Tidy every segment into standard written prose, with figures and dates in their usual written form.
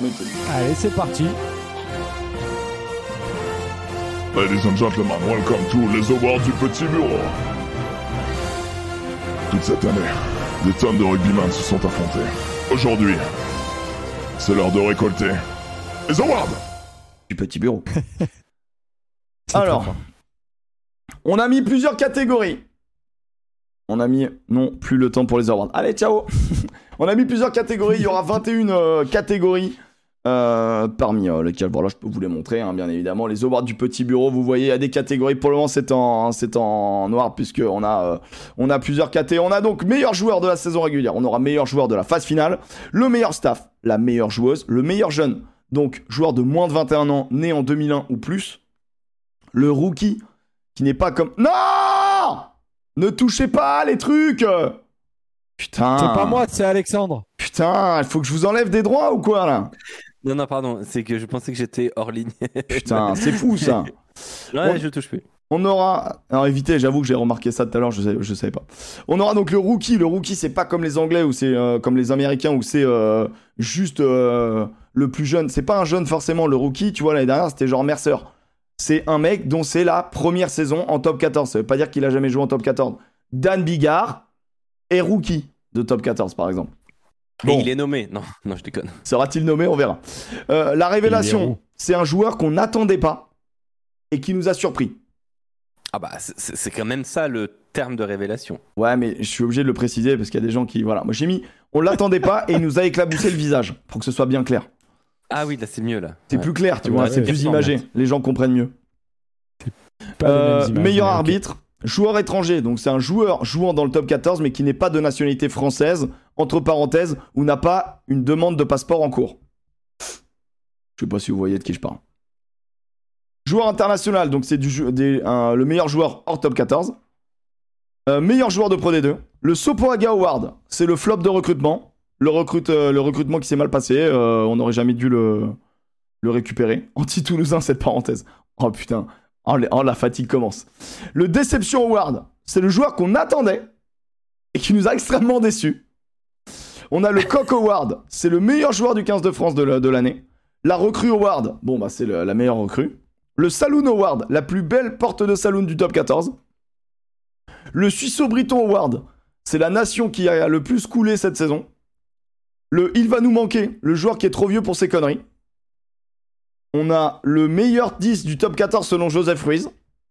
Allez, c'est parti. Ladies and gentlemen, welcome to les awards du Petit Bureau. Toute cette année, des tonnes de rugbymen se sont affrontés. Aujourd'hui, c'est l'heure de récolter les awards du Petit Bureau. Alors, on a mis plusieurs catégories. On a mis... Non, plus le temps pour les awards. Allez, ciao. On a mis plusieurs catégories. Il y aura 21 catégories. Parmi lesquelles, voilà, je peux vous les montrer, hein, bien évidemment. Les awards du Petit Bureau, vous voyez, il y a des catégories. Pour le moment, c'est en noir, puisqu'on a plusieurs catégories. On a donc meilleur joueur de la saison régulière. On aura meilleur joueur de la phase finale. Le meilleur staff, la meilleure joueuse. Le meilleur jeune, donc joueur de moins de 21 ans, né en 2001 ou plus. Le rookie, qui n'est pas comme... Non! Ne touchez pas les trucs! Putain. C'est pas moi, c'est Alexandre. Putain, il faut que je vous enlève des droits ou quoi, là? Non, pardon, c'est que je pensais que j'étais hors ligne. Putain, c'est fou, ça. Ouais, je touche plus. On aura... Alors, évitez, j'avoue que j'ai remarqué ça tout à l'heure, je savais pas. On aura donc le rookie. Le rookie, c'est pas comme les Anglais ou c'est comme les Américains où c'est juste le plus jeune. C'est pas un jeune, forcément, le rookie. Tu vois, l'année dernière, c'était genre Mercer. C'est un mec dont c'est la première saison en top 14. Ça veut pas dire qu'il a jamais joué en top 14. Dan Bigard est rookie de top 14, par exemple. Bon. Et il est nommé. Non, je déconne. Sera-t-il nommé? On verra. La révélation, c'est un joueur qu'on n'attendait pas et qui nous a surpris. Ah bah, c'est quand même ça le terme de révélation. Ouais, mais je suis obligé de le préciser parce qu'il y a des gens qui... Voilà, moi j'ai mis... On l'attendait pas et il nous a éclaboussé le visage pour que ce soit bien clair. Ah oui, là c'est mieux là. C'est plus clair, tu vois, c'est plus imagé. Les gens comprennent mieux. Meilleur arbitre, joueur étranger. Donc c'est un joueur jouant dans le top 14 mais qui n'est pas de nationalité française, entre parenthèses, ou n'a pas une demande de passeport en cours. Je sais pas si vous voyez de qui je parle. Joueur international, donc c'est le meilleur joueur hors top 14. Meilleur joueur de Pro D2. Le Sopoaga Award, c'est le flop de recrutement. Le recrutement qui s'est mal passé, on n'aurait jamais dû le récupérer. Anti-Toulousain, cette parenthèse. Oh putain, la fatigue commence. Le Deception Award, c'est le joueur qu'on attendait et qui nous a extrêmement déçus. On a le Coq Award, c'est le meilleur joueur du 15 de France de l'année. La Recrue Award, bon bah c'est la meilleure recrue. Le Saloon Award, la plus belle porte de saloon du top 14. Le Suisseau-Briton Award, c'est la nation qui a le plus coulé cette saison. Le Il va nous manquer, le joueur qui est trop vieux pour ses conneries. On a le meilleur 10 du top 14 selon Joseph Ruiz.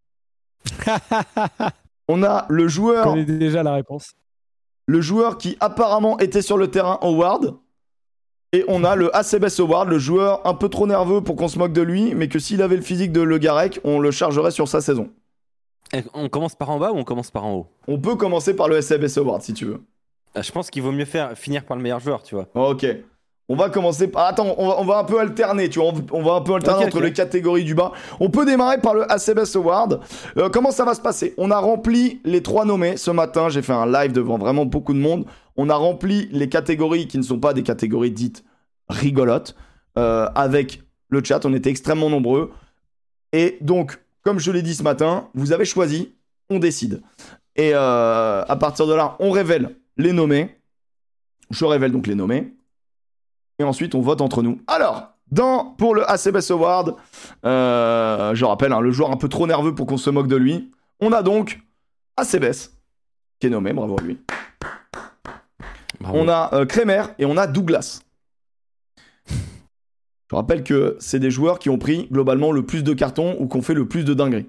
On a le joueur... Je connais déjà la réponse. Le joueur qui apparemment était sur le terrain Award. Et on a le ACBS Award, le joueur un peu trop nerveux pour qu'on se moque de lui, mais que s'il avait le physique de Le Garec, on le chargerait sur sa saison. Et on commence par en bas ou on commence par en haut? On peut commencer par le SBS Award si tu veux. Je pense qu'il vaut mieux finir par le meilleur joueur, tu vois. Ok. On va commencer par... Attends, on va un peu alterner, tu vois. On va un peu alterner entre les catégories du bas. On peut démarrer par le ACBS Award. Comment ça va se passer? On a rempli les 3 nommés ce matin. J'ai fait un live devant vraiment beaucoup de monde. On a rempli les catégories qui ne sont pas des catégories dites rigolotes. Avec le chat, on était extrêmement nombreux. Et donc, comme je l'ai dit ce matin, vous avez choisi, on décide. Et à partir de là, on révèle les nommés. Je révèle donc les nommés. Et ensuite, on vote entre nous. Alors, pour le ACBS Award, je rappelle, le joueur un peu trop nerveux pour qu'on se moque de lui. On a donc ACBS, qui est nommé, bravo à lui. Bravo. On a Kremer et on a Douglas. Je rappelle que c'est des joueurs qui ont pris globalement le plus de cartons ou qui ont fait le plus de dingueries.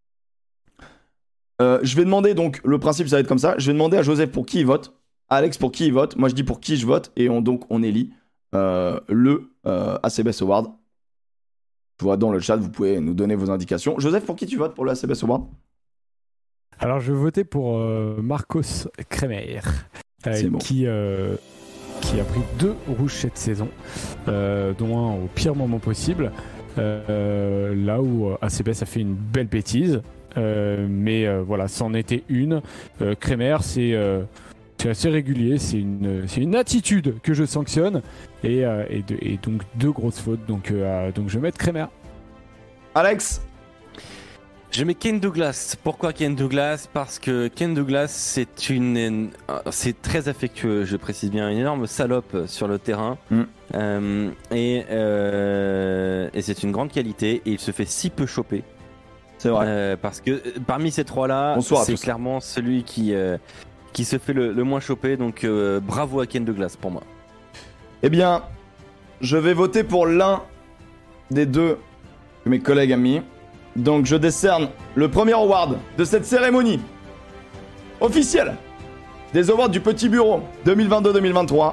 Je vais demander, donc, le principe ça va être comme ça. Je vais demander à Joseph pour qui il vote, à Alex pour qui il vote. Moi je dis pour qui je vote et on élit le ACBS Award. Je vois dans le chat, vous pouvez nous donner vos indications. Joseph, pour qui tu votes pour le ACBS Award? Alors je vais voter pour Marcos Kremer, bon. qui a pris 2 rouges cette saison, dont un au pire moment possible, là où ACBS a fait une belle bêtise. Mais voilà, c'en était une. Kremer, c'est assez régulier, c'est une attitude que je sanctionne et donc 2 grosses fautes, donc je vais mettre Kremer. Alex? Je mets Ken Douglas. Pourquoi Ken Douglas? Parce que Ken Douglas, c'est très affectueux, je précise bien, une énorme salope sur le terrain. Et c'est une grande qualité et il se fait si peu choper. C'est vrai. Parce que parmi ces trois-là, c'est clairement celui qui se fait le moins choper. Donc bravo à Ken Douglas pour moi. Eh bien, je vais voter pour l'un des deux que mes collègues ont mis. Donc je décerne le premier award de cette cérémonie officielle des awards du Petit Bureau 2022-2023.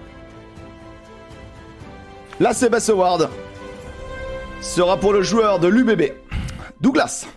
La CBS Award sera pour le joueur de l'UBB, Douglas.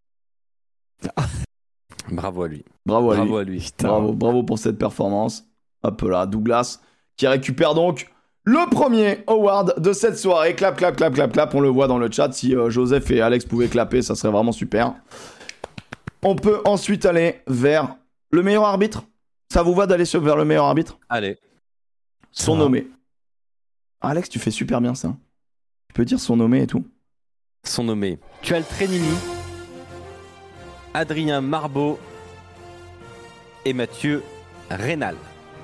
Bravo à lui. Bravo à lui. Bravo pour cette performance. Hop là, Douglas qui récupère donc le premier award de cette soirée. Clap, clap, clap, clap, clap. On le voit dans le chat. Si Joseph et Alex pouvaient clapper, ça serait vraiment super. On peut ensuite aller vers le meilleur arbitre. Ça vous va d'aller vers le meilleur arbitre? Allez. Son nommé. Alex, tu fais super bien ça. Tu peux dire son nommé et tout. Son nommé. Tual Trenini, Adrien Marbeau et Mathieu Rénal.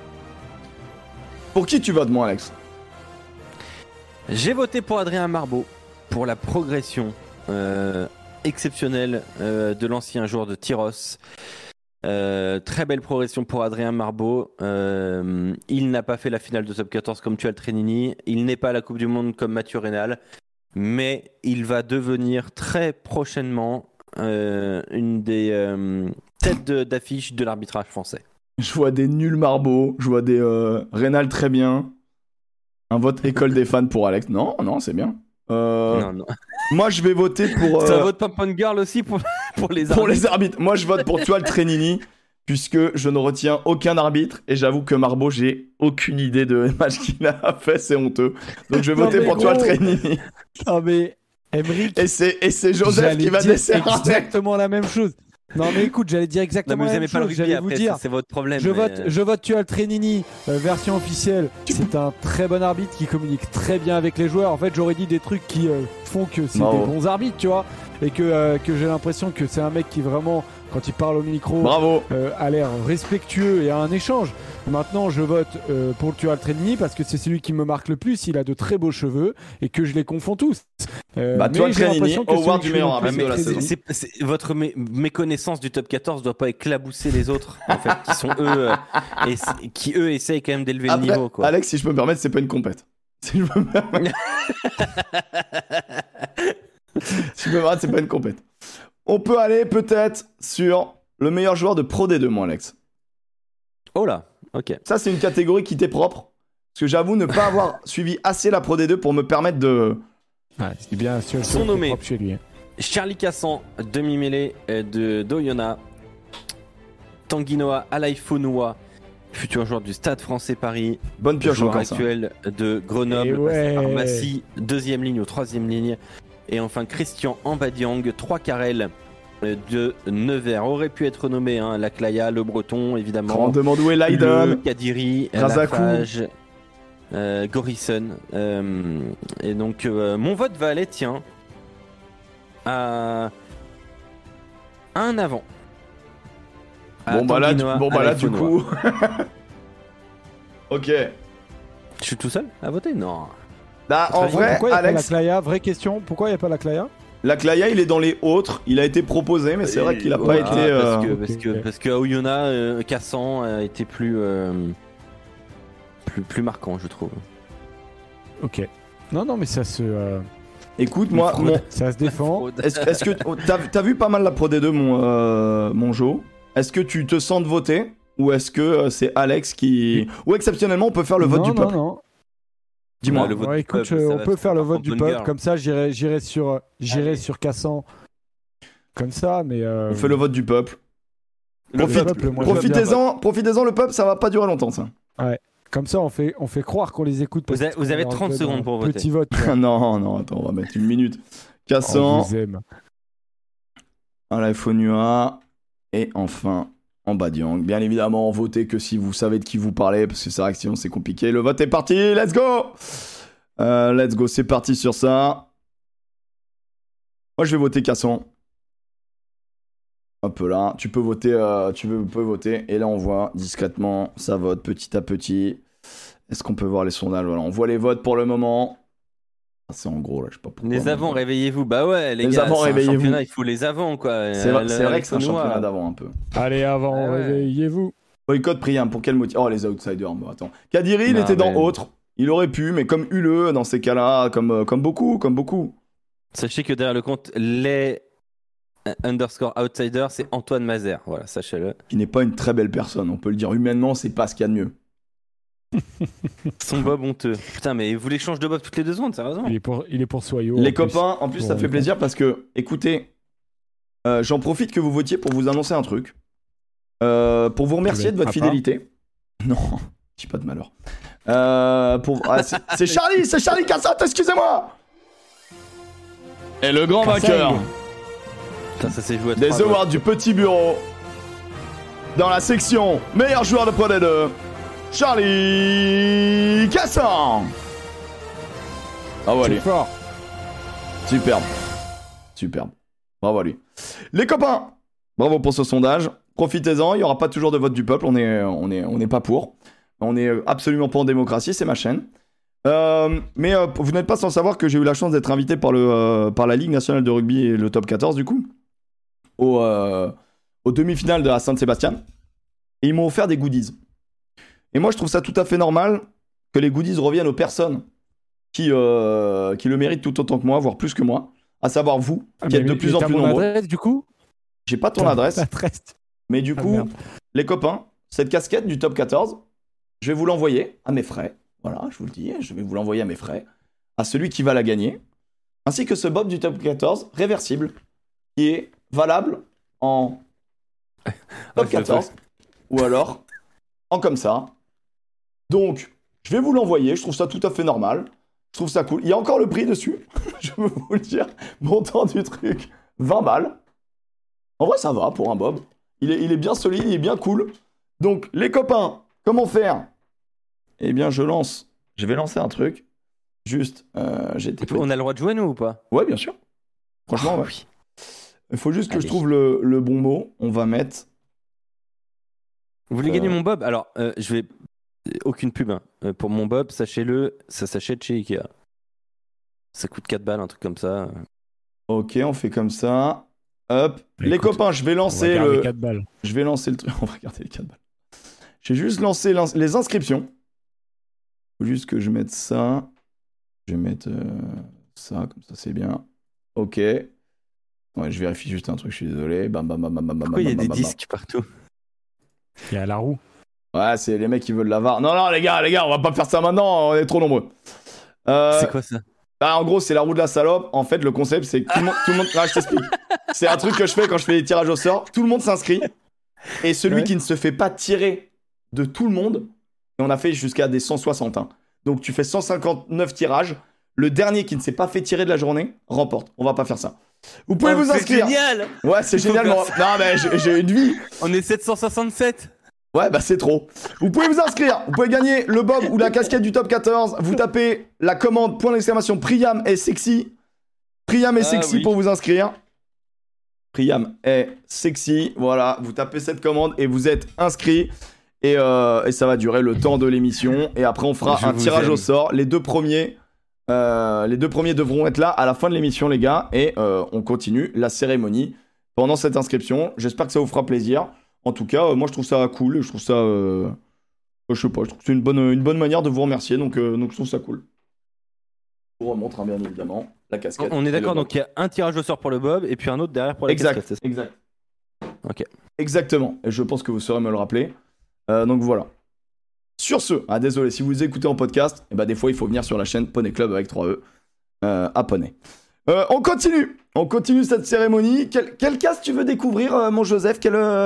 Pour qui tu votes, moi, Alex? J'ai voté pour Adrien Marbeau, pour la progression exceptionnelle de l'ancien joueur de Tyros. Très belle progression pour Adrien Marbeau. Il n'a pas fait la finale de Top 14 comme Tual Trenini. Il n'est pas à la Coupe du Monde comme Mathieu Rénal. Mais il va devenir très prochainement une des têtes d'affiche de l'arbitrage français. Je vois des nuls Marbeau, je vois des Rénal très bien. Un vote école des fans pour Alex. Non, c'est bien. Non. Moi, je vais voter pour... Ça vote Pom Girl aussi pour les arbitres. Pour les arbitres. Moi, je vote pour Tual Trenini, puisque je ne retiens aucun arbitre. Et j'avoue que Marbeau, j'ai aucune idée de match qu'il a fait. C'est honteux. Donc, je vais voter pour Tual Trenini. Non, mais Emeric... Et c'est Joseph qui va décerner. Exactement la même chose. Non mais écoute, j'allais dire exactement la même chose. J'allais vous dire, c'est votre problème. Je vote Tual Trenini, version officielle. C'est un très bon arbitre qui communique très bien avec les joueurs. En fait, j'aurais dit des trucs qui font que c'est des bons arbitres, tu vois, et que j'ai l'impression que c'est un mec qui vraiment, quand il parle au micro, a l'air respectueux et a un échange. Maintenant, je vote pour Tual Trenini parce que c'est celui qui me marque le plus. Il a de très beaux cheveux et que je les confonds tous. Tual Trenini, award du meilleur arbitre de la saison. Votre méconnaissance du top 14 doit pas éclabousser les autres, en fait, qui sont eux, qui eux essayent quand même d'élever le niveau, quoi. Alex, si je peux me permettre, c'est pas une compète. Si je peux me permettre. C'est pas une compète. On peut aller peut-être sur le meilleur joueur de Pro D2, moi, Alex. Oh là, ok. Ça, c'est une catégorie qui t'est propre. Parce que j'avoue ne pas avoir suivi assez la Pro D2 pour me permettre de... Ouais, c'est bien sûr. Son nommé. Propre chez lui. Charlie Cassan, demi-mêlée de d'Oyonnax. Tanguy Noah Alaifonua, futur joueur du Stade français Paris. Bonne pioche joueur encore, actuel de Grenoble. Massy, deuxième ligne ou troisième ligne. Et enfin Christian Ambadiang, 3 carrels de Nevers. Aurait pu être nommé Laclaya, le Breton évidemment. Grandement doué Leiden, Kadiri, Razakou, Gorisson. Et donc mon vote va aller, à un avant. Bon bah là du coup. Ok. Je suis tout seul à voter? Non. Bah, en vrai, pourquoi Alex. Y a pas Laclaya, vraie question, pourquoi il n'y a pas Laclaya? Laclaya, il est dans les autres. Il a été proposé, mais c'est vrai qu'il a pas été. Parce que à Oyonnax, Cassan a été plus marquant, je trouve. Ok. Non, mais ça se. Écoute, moi, ça se défend. Est-ce que t'as vu pas mal la Pro D2, mon Joe? Est-ce que tu te sens de voter ou est-ce que c'est Alex qui... Ou exceptionnellement, on peut faire le vote du peuple? Non. Dis-moi. Écoute, on peut faire le vote du peuple. Comme ça, j'irai sur Cassan. Comme ça, mais... On fait le vote du peuple. Profitez-en, le peuple, ça va pas durer longtemps, ça. Ouais. Comme ça, on fait croire qu'on les écoute. Vous avez 30 secondes pour voter. Petit vote. non, attends, on va mettre une minute. Cassan. On vous aime. Alaifonua. Et enfin, Ambadiang. Bien évidemment, votez que si vous savez de qui vous parlez, parce que c'est vrai que sinon c'est compliqué. Le vote est parti, let's go, c'est parti sur ça. Moi, je vais voter Cassan. Hop là, tu peux voter, et là on voit discrètement, ça vote petit à petit. Est-ce qu'on peut voir les sondages? Voilà, on voit les votes pour le moment. C'est en gros là, je sais pas pourquoi. Les avants, réveillez-vous. Bah ouais, les gars, avants, c'est un réveillez-vous. championnat, il faut les avants, quoi. C'est vrai que c'est un championnat d'avant un peu. Allez, avant, Ah ouais. réveillez-vous. Boycott Priam, pour quel motif? Oh, les outsiders, mais attends. Kadiri, il était dans autre. Il aurait pu, mais comme Hule, dans ces cas-là, comme beaucoup. Sachez que derrière le compte, les _outsider, c'est Antoine Mazer. Voilà, sachez-le. Qui n'est pas une très belle personne, on peut le dire. Humainement, c'est pas ce qu'il y a de mieux. Son bob honteux. Putain, mais vous voulez changer de bob toutes les 2 secondes, sérieusement? Il est pour Soyo. Les copains, en plus, ça fait plaisir parce que, écoutez, j'en profite que vous votiez pour vous annoncer un truc. Pour vous remercier de votre fidélité. Non, je dis pas de malheur. C'est Charlie Cassat, excusez-moi. Et le grand vainqueur Putain, ça s'est joué à des 3 awards du petit bureau dans la section meilleur joueur de Pro D2, Charlie Cassat. Bravo à lui. C'est fort. Superbe. Bravo à lui. Les copains, bravo pour ce sondage. Profitez-en, il n'y aura pas toujours de vote du peuple, on n'est pas pour. On n'est absolument pas en démocratie, c'est ma chaîne. Mais vous n'êtes pas sans savoir que j'ai eu la chance d'être invité par la Ligue nationale de rugby et le top 14 du coup, aux demi-finales de la Saint-Sébastien. Et ils m'ont offert des goodies. Et moi je trouve ça tout à fait normal que les goodies reviennent aux personnes qui le méritent tout autant que moi, voire plus que moi. À savoir vous, qui êtes de plus en plus nombreux. Adresse, du coup J'ai pas ton adresse. Mais du coup, les copains, cette casquette du top 14, je vais vous l'envoyer à mes frais. Voilà, je vous le dis, je vais vous l'envoyer à mes frais. À celui qui va la gagner. Ainsi que ce bob du top 14, réversible, qui est valable en top 14. Ou alors, en comme ça. Donc, je vais vous l'envoyer, je trouve ça tout à fait normal. Je trouve ça cool. Il y a encore le prix dessus, je peux vous le dire. Montant du truc, 20 balles. En vrai, ça va pour un bob. Il est bien solide, il est bien cool. Donc, les copains, comment faire? Eh bien, je vais lancer un truc. Juste, on a le droit de jouer, nous, ou pas? Ouais, bien sûr. Franchement, ouais. Oui. Il faut juste que je trouve le bon mot. On va mettre... Vous voulez gagner mon bob? Alors, je vais... Aucune pub. Hein. Pour mon bob, sachez-le, ça s'achète chez Ikea. Ça coûte 4 balles, un truc comme ça. Ok, on fait comme ça. Hop. Les copains, je vais lancer le... 4 balles. Je vais lancer le truc. On va regarder les 4 balles. J'ai juste lancé les inscriptions. Faut juste que je mette ça. Je vais mettre ça, comme ça c'est bien. Ok. Ouais, je vérifie juste un truc, je suis désolé. Pourquoi il y a des disques partout? Il y a la roue. Ouais, c'est les mecs qui veulent la VAR. Non, les gars, on va pas faire ça maintenant, on est trop nombreux. C'est quoi ça? Bah, en gros, c'est la roue de la salope. En fait, le concept, c'est que tout le monde... Ah, je t'explique. C'est un truc que je fais quand je fais les tirages au sort. Tout le monde s'inscrit. Et celui qui ne se fait pas tirer de tout le monde, et on a fait jusqu'à des 160. Hein. Donc, tu fais 159 tirages. Le dernier qui ne s'est pas fait tirer de la journée remporte. On va pas faire ça. Vous pouvez vous inscrire. C'est génial. Ouais, c'est génial. Non, mais j'ai une vie. On est 767. Ouais, bah c'est trop. Vous pouvez vous inscrire. Vous pouvez gagner le bob ou la casquette du top 14. Vous tapez la commande Priam est sexy. Priam est sexy pour vous inscrire. Priam est sexy. Voilà, vous tapez cette commande et vous êtes inscrit. Et ça va durer le temps de l'émission. Et après, on fera un tirage au sort. Les deux premiers devront être là à la fin de l'émission, les gars. Et on continue la cérémonie pendant cette inscription. J'espère que ça vous fera plaisir. En tout cas, moi je trouve ça cool et je trouve ça, je sais pas, je trouve que c'est une bonne manière de vous remercier, donc je trouve ça cool. Je vous remontre bien évidemment la casquette. On est d'accord, donc il y a un tirage au sort pour le bob et puis un autre derrière pour la casquette. Exact. Ok. Exactement. Et je pense que vous saurez me le rappeler. Donc voilà. Sur ce, désolé si vous écoutez en podcast, et des fois il faut venir sur la chaîne Poney Club avec 3E à Poney. On continue cette cérémonie. Quel cast tu veux découvrir, mon Joseph?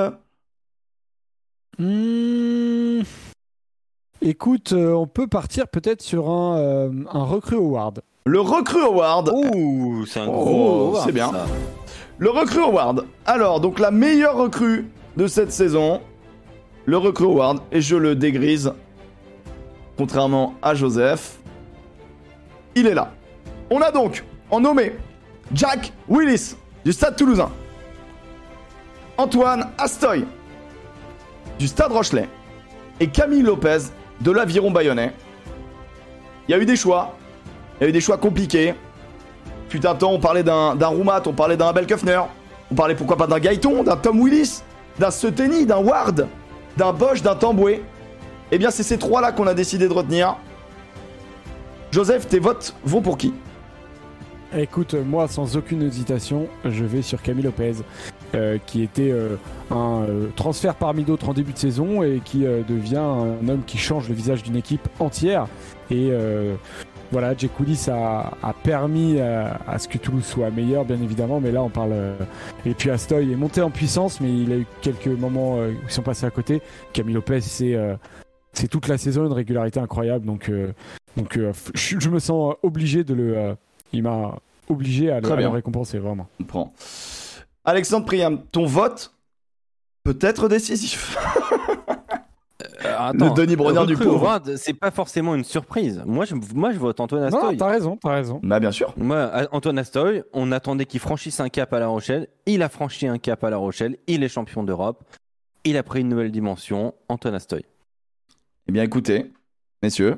Écoute, on peut partir peut-être sur un recrue award. Le recrue award. Ouh, c'est un gros award, c'est bien. Ça. Le recrue award. Alors, donc la meilleure recrue de cette saison, le recrue award, et je le dégrise. Contrairement à Joseph, il est là. On a donc en nommé Jack Willis du Stade Toulousain. Antoine Astoy du Stade Rochelais et Camille Lopez de l'Aviron Bayonnais. Il y a eu des choix. Il y a eu des choix compliqués. Fut un temps, on parlait d'un Roumat, on parlait d'un Abel Kufner, on parlait pourquoi pas d'un Gaëton, d'un Tom Willis, d'un Seteni, d'un Ward, d'un Bosch, d'un Tamboué. Eh bien, c'est ces trois-là qu'on a décidé de retenir. Joseph, tes votes vont pour qui ? Écoute, moi, sans aucune hésitation, je vais sur Camille Lopez, qui était un transfert parmi d'autres en début de saison et qui devient un homme qui change le visage d'une équipe entière. Et voilà, Jake Willis a permis à ce que Toulouse soit meilleur, bien évidemment, mais là, on parle... Et puis Astoy est monté en puissance, mais il a eu quelques moments où ils sont passés à côté. Camille Lopez, c'est toute la saison une régularité incroyable, donc je me sens obligé de le... il m'a obligé à le récompenser, vraiment. On prend. Alexandre Priam, ton vote peut être décisif. Attends, le Denis Brognard du pauvre. C'est pas forcément une surprise. Moi, je vote Antoine Astoy. Non, t'as raison. Bah, bien sûr. Moi, Antoine Astoy, on attendait qu'il franchisse un cap à La Rochelle. Il a franchi un cap à La Rochelle. Il est champion d'Europe. Il a pris une nouvelle dimension. Antoine Astoy. Eh bien, écoutez, messieurs,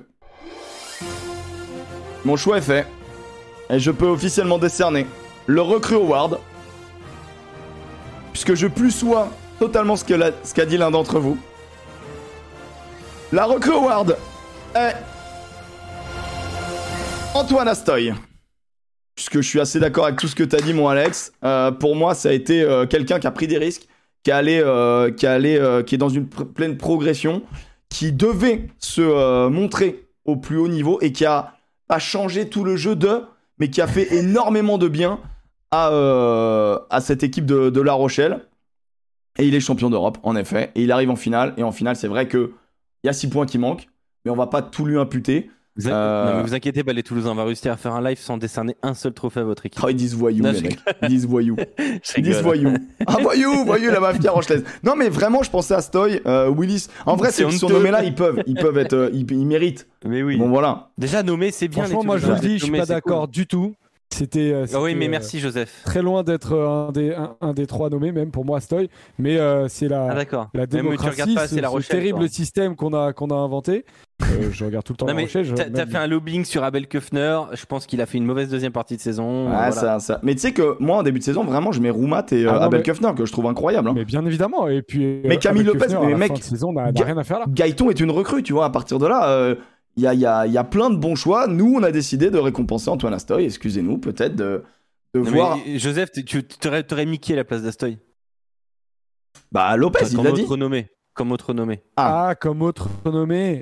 mon choix est fait. Et je peux officiellement décerner le Recrue Award. Puisque je plus sois totalement ce qu'a dit l'un d'entre vous. La Recrue Award est Antoine Astoy. Puisque je suis assez d'accord avec tout ce que t'as dit, mon Alex. Pour moi, ça a été quelqu'un qui a pris des risques, qui est dans une pleine progression, qui devait se montrer au plus haut niveau et qui a pas changé tout le jeu mais qui a fait énormément de bien à cette équipe de La Rochelle. Et il est champion d'Europe, en effet. Et il arrive en finale. Et en finale, c'est vrai qu'il y a 6 points qui manquent, mais on va pas tout lui imputer. Non, mais vous inquiétez pas, les Toulousains vont réussir à faire un live sans décerner un seul trophée à votre équipe. Oh, ils disent voyou, les mecs. Ils disent voyou. Ils disent voyou. Ah, voyou, la mafia rochelaise. Non, mais vraiment, je pensais à Stoy, Willis. En vrai, ceux qui sont nommés là, ils peuvent être, ils méritent. Mais oui. Bon, voilà. Déjà, nommé, c'est bien. Franchement, moi, je vous le dis, je suis pas d'accord du tout. C'était oui, mais merci Joseph. Très loin d'être un des 3 nommés, même pour moi, Astoy. Mais c'est la démocratie, ce terrible système qu'on a inventé. Je regarde tout le temps La Rochelle. T'as fait un lobbying sur Abel Kufner. Je pense qu'il a fait une mauvaise deuxième partie de saison. Ouais, voilà. ça. Mais tu sais que moi, en début de saison, vraiment, je mets Roumat et Abel Kufner, que je trouve incroyable. Hein. Mais bien évidemment. Et puis, mais Camille Lopez, Kufner, mais mec, saison, n'a rien à faire là. Gaëton est une recrue, tu vois. À partir de là. Il y a plein de bons choix. Nous, on a décidé de récompenser Antoine Astoy. Excusez-nous, peut-être de voir. Mais Joseph, tu t'aurais mis qui à la place d'Astoy ? Bah, Lopez, il l'a dit. Comme autre nommé. Comme autre nommé.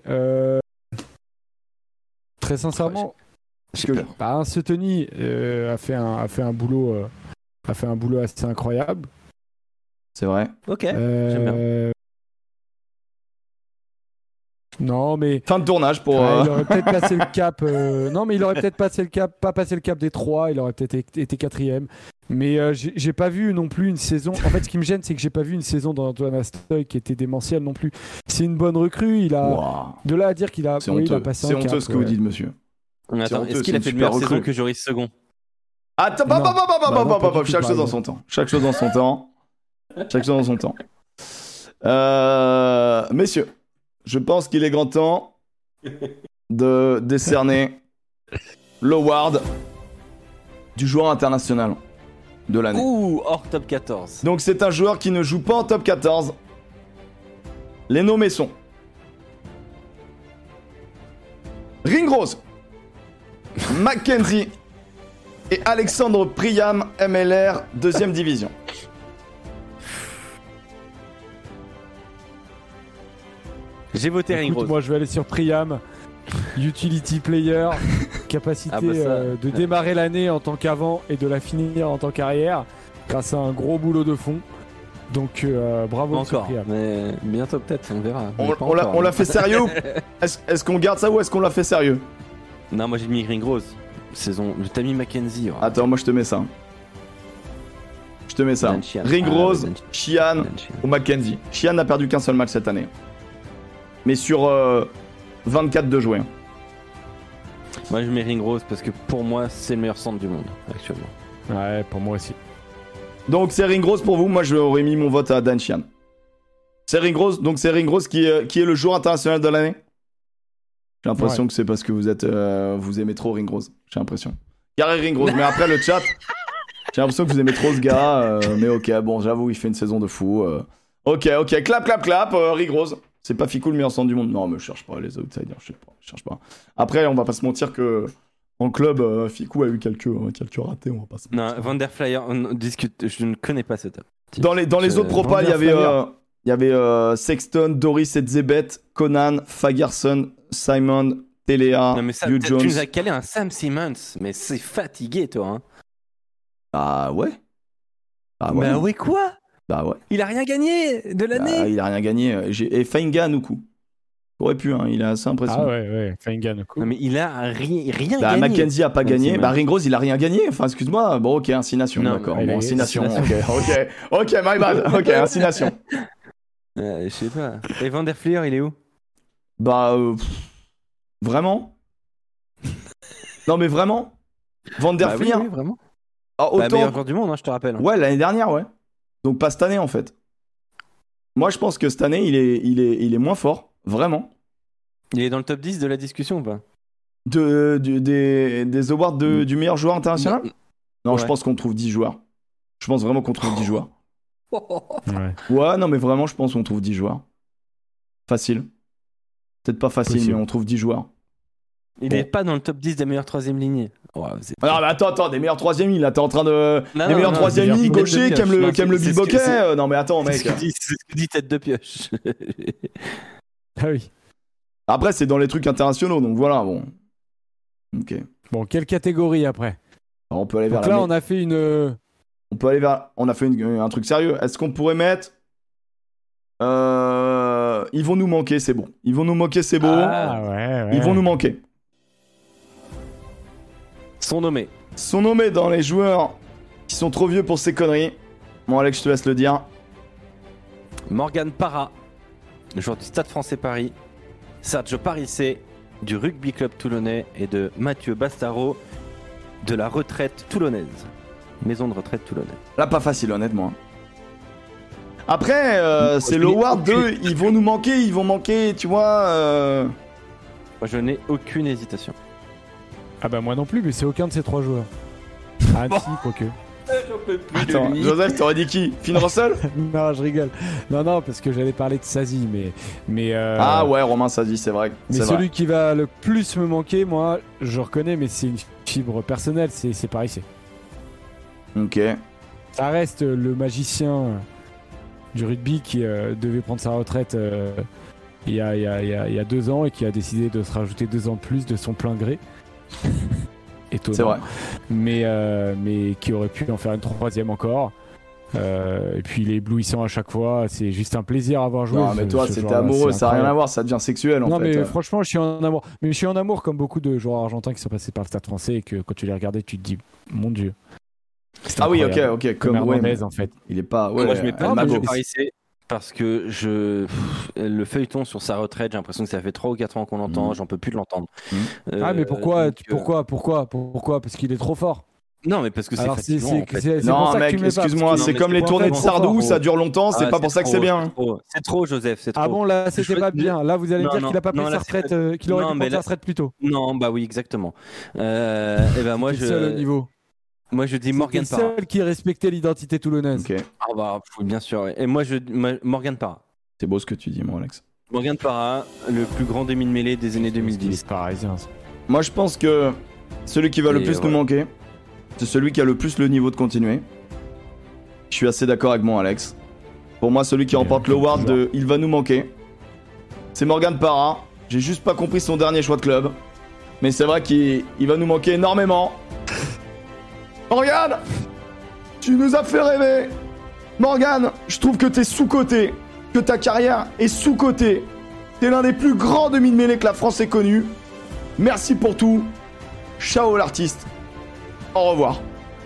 Très sincèrement, un Seteni a fait un boulot assez incroyable. C'est vrai. Ok. J'aime bien. Non, mais fin de tournage pour. Il aurait peut-être passé le cap. Non, mais il aurait peut-être pas passé le cap des 3. Il aurait peut-être été 4ème. Mais j'ai pas vu non plus une saison. En fait, ce qui me gêne, c'est que j'ai pas vu une saison d'Antoine Astoy qui était démentielle non plus. C'est une bonne recrue. Il a de là à dire qu'il a. C'est honteux. C'est honteux ce que vous dites, monsieur. Attends, est-ce qu'il a fait une meilleure saison que Joris Second ? Attends, chaque chose dans son temps. Chaque chose dans son temps. Messieurs. Je pense qu'il est grand temps de décerner l'award du joueur international de l'année. Hors top 14. Donc c'est un joueur qui ne joue pas en top 14. Les nommés sont Ringrose, Mackenzie et Alexandre Priam, MLR 2ème division. J'ai voté Ringrose. Moi, je vais aller sur Priam, utility player, capacité de démarrer l'année en tant qu'avant et de la finir en tant qu'arrière, grâce à un gros boulot de fond. Donc, bravo encore. Priam. Mais bientôt peut-être, on verra. On l'a fait sérieux. Est-ce qu'on garde ça ou est-ce qu'on l'a fait sérieux ? Non, moi j'ai mis Ringrose. T'as mis Mackenzie. Ouais. Attends, moi je te mets ça. Ringrose, Chian ou Mackenzie. Chian n'a perdu qu'un seul match cette année. Mais sur 24 de jouer. Moi je mets Ringrose parce que pour moi c'est le meilleur centre du monde actuellement. Ouais, pour moi aussi. Donc c'est Ring Rose pour vous. Moi, j'aurais mis mon vote à Dan Chian. C'est Ring Rose. Donc c'est Ring Rose qui est le joueur international de l'année. J'ai l'impression que c'est parce que vous aimez trop Ring Rose. J'ai l'impression. Carré Ring Rose. Mais après le chat, j'ai l'impression que vous aimez trop ce gars. Mais ok, bon, j'avoue, il fait une saison de fou. Ok, clap. Ring Rose. C'est pas Ficou le meilleur centre du monde. Non, mais je cherche pas les outsiders. Je cherche pas. Après, on va pas se mentir que en club, Ficou a eu quelques ratés. On va pas se mentir. Non, Vanderflyer, on discute. Je ne connais pas ce top. Dans les autres propals, il y avait Sexton, Doris Edzebet, Conan, Fagerson, Simon, Telea, Hugh Jones. Tu nous as calé un Sam Simmons, mais c'est fatigué, toi. Hein. Ah ouais. Bah ouais, quoi? Bah ouais. Il a rien gagné de l'année. Il a rien gagné. Et Fainga Nuku. Aurait pu, hein, il est assez impressionnant. Ah ouais, Fainga Nuku. Non mais il a rien gagné. Mackenzie a pas gagné. Ring Rose, il a rien gagné. Enfin, excuse-moi. Bon, ok, Incination, d'accord. Bon, Incination. Ok, my bad. Ok, Incination. Je sais pas. Et Vanderfleer, il est où? Bah, vraiment? Non mais vraiment? Vanderfleer? Bah oui, vraiment. Autant... meilleur joueur du monde, hein, je te rappelle. Ouais, l'année dernière, ouais. Donc pas cette année en fait. Moi, je pense que cette année, il est moins fort, vraiment. Il est dans le top 10 de la discussion ou pas? Des awards du meilleur joueur international? Non, je pense qu'on trouve 10 joueurs. Je pense vraiment qu'on trouve 10 joueurs. Ouais, non, mais vraiment, je pense qu'on trouve 10 joueurs. Facile. Peut-être pas facile, mais on trouve 10 joueurs. Il est pas dans le top 10 des meilleurs 3ème lignées. Alors, mais attends, des meilleurs 3ème lignes, là, t'es en train de... des meilleurs 3ème lignes, gaucher, qui aiment le bilboquet. Non, mais attends, mec. C'est ce que dit Tête de Pioche. Ah oui. Après, c'est dans les trucs internationaux, donc voilà, bon. Ok. Bon, quelle catégorie après? Alors, on peut aller vers donc là, on a fait une... On a fait un truc sérieux. Est-ce qu'on pourrait mettre... Ils vont nous manquer, c'est bon. Ils vont nous manquer, c'est beau. Ah ouais. Ils vont nous manquer. Sont nommés dans les joueurs qui sont trop vieux pour ces conneries. Bon, Alex, je te laisse le dire. Morgan Parra, joueur du Stade Français Paris. Sergio Parissé, du Rugby Club Toulonnais. Et de Mathieu Bastaro, de la retraite toulonnaise. Maison de retraite toulonnaise. Là, pas facile, honnêtement. Après, c'est l'award de... Ils vont nous manquer, ils vont manquer, tu vois... Moi, je n'ai aucune hésitation. Ah bah moi non plus, mais c'est aucun de ces trois joueurs. Ah si, quoique. Attends, Joseph, t'aurais dit qui? Finn Russell? Non, je rigole. Non, parce que j'allais parler de Sazi, mais Ah ouais, Romain Sazi, c'est vrai. Mais celui qui va le plus me manquer, moi, je reconnais, mais c'est une fibre personnelle, c'est Parissé. Ok. Ça reste le magicien du rugby qui devait prendre sa retraite il y a 2 ans et qui a décidé de se rajouter 2 ans de plus de son plein gré. Étonnant. C'est vrai. Mais qui aurait pu en faire une 3e encore. Et puis il est éblouissant à chaque fois. C'est juste un plaisir à avoir joué. Non, mais toi, c'était amoureux, ça n'a rien à voir, ça devient sexuel en fait. Non, mais franchement, je suis en amour. Mais je suis en amour comme beaucoup de joueurs argentins qui sont passés par le Stade Français et que quand tu les regardais, tu te dis, mon Dieu. Ah oui, ok. Comme Hernandez, en fait. Il est pas. Ouais, moi, je mets pas Mathieu Parissé parce que le feuilleton sur sa retraite, j'ai l'impression que ça fait 3 ou 4 ans qu'on l'entend, j'en peux plus de l'entendre. Mais pourquoi Parce qu'il est trop fort. Non, mais parce que c'est fatigant. Non, mec, excuse-moi, c'est comme les tournées de Sardou, ça dure longtemps, c'est pas pour ça que c'est bien. C'est trop, Joseph, c'est trop. Ah bon, là, c'était pas bien. Là, vous allez dire qu'il a pas pris sa retraite, qu'il aurait dû prendre sa retraite plus tôt. Non, bah oui, exactement. Et ben moi, je. Seul au niveau. Moi, je dis Morgan Parra. C'est le seul qui respectait l'identité toulonnaise. Ok. Ah bah, bien sûr. Et moi, Morgan Parra. C'est beau ce que tu dis, mon Alex. Morgan Parra, le plus grand demi-mêlée des années 2010. C'est parisien. Moi, je pense que celui qui va le plus nous manquer, c'est celui qui a le plus le niveau de continuer. Je suis assez d'accord avec mon Alex. Pour moi, celui qui remporte l'award de Il va nous manquer, c'est Morgan Parra. J'ai juste pas compris son dernier choix de club. Mais c'est vrai qu'il va nous manquer énormément. Morgan, tu nous as fait rêver. Morgan, je trouve que t'es sous-coté, que ta carrière est sous-cotée. T'es l'un des plus grands demi-de-mêlée que la France ait connu. Merci pour tout. Ciao l'artiste. Au revoir.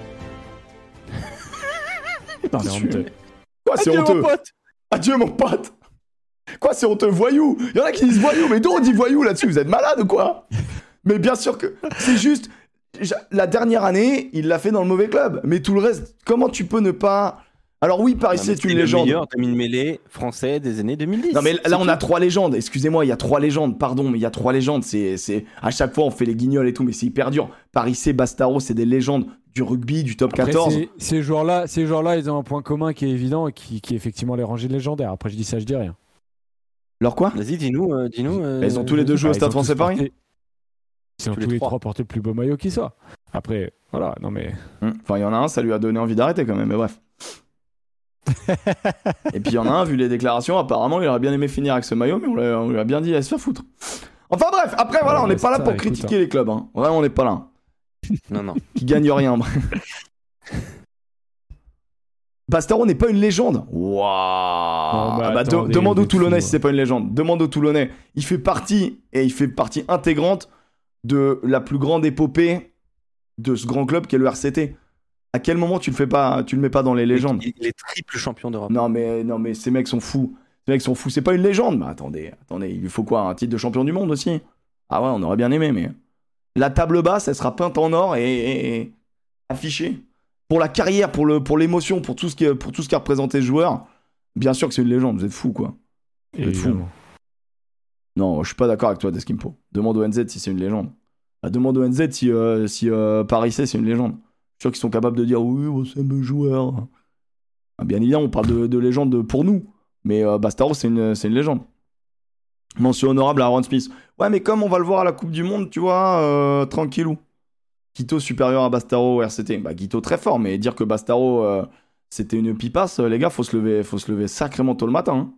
Putain, c'est honteux. Quoi, c'est Adieu, honteux? mon pote. Adieu mon pote. Quoi, c'est honteux? Voyou. Il y en a qui disent voyou, mais d'où on dit voyou là-dessus? Vous êtes malade ou quoi? Mais bien sûr que c'est juste... La dernière année, il l'a fait dans le mauvais club. Mais tout le reste, comment tu peux ne pas... Alors oui, Paris c'est une légende. Le meilleur demi-mêlée français des années 2010. Non mais là on a 3 légendes. Excusez-moi, il y a 3 légendes. Pardon, mais il y a 3 légendes. C'est à chaque fois on fait les guignols et tout, mais c'est hyper dur. Paris C, Bastaro, c'est des légendes du rugby, du top 14. Après, ces joueurs-là, ils ont un point commun qui est évident, qui est effectivement les rangées légendaires. Après je dis ça, je dis rien. Alors quoi ? Vas-y, dis-nous. Ils ont tous les deux joué au Stade Français Paris. Ils ont tous les 3 porté le plus beau maillot qui soit. Après, voilà, non mais. Enfin, il y en a un, ça lui a donné envie d'arrêter quand même, mais bref. Et puis il y en a un, vu les déclarations, apparemment il aurait bien aimé finir avec ce maillot, mais on lui a bien dit à se faire foutre. Enfin bref, après voilà, on n'est pas là pour critiquer les clubs, hein. Vraiment on n'est pas là. Non. Qui gagne rien. Bastaro n'est pas une légende. Waouh. Demande au Toulonnais si c'est pas une légende. Demande au Toulonnais. Il fait partie intégrante de la plus grande épopée de ce grand club qu'est le RCT. À quel moment tu le mets pas dans les légendes ? Il est triple champion d'Europe. Non mais ces mecs sont fous. C'est pas une légende. Mais attendez, il lui faut quoi ? Un titre de champion du monde aussi ? Ah ouais, on aurait bien aimé, mais la table basse, elle sera peinte en or et affichée pour la carrière, pour l'émotion, pour tout ce qu'a représenté ce joueur. Bien sûr que c'est une légende. Vous êtes fous quoi. Vous êtes fous. Non, je suis pas d'accord avec toi, Deskimpo. Demande au NZ si c'est une légende. Demande au NZ si Paris C c'est une légende. Je suis sûr qu'ils sont capables de dire oui, c'est un joueur. Bien évidemment, on parle de légende pour nous, mais Bastaro, c'est une légende. Mention honorable à Aaron Smith. Ouais, mais comme on va le voir à la Coupe du Monde, tu vois, tranquillou. Guito supérieur à Bastaro au RCT. Guito très fort, mais dire que Bastaro, c'était une pipasse, les gars, faut se lever sacrément tôt le matin. Hein.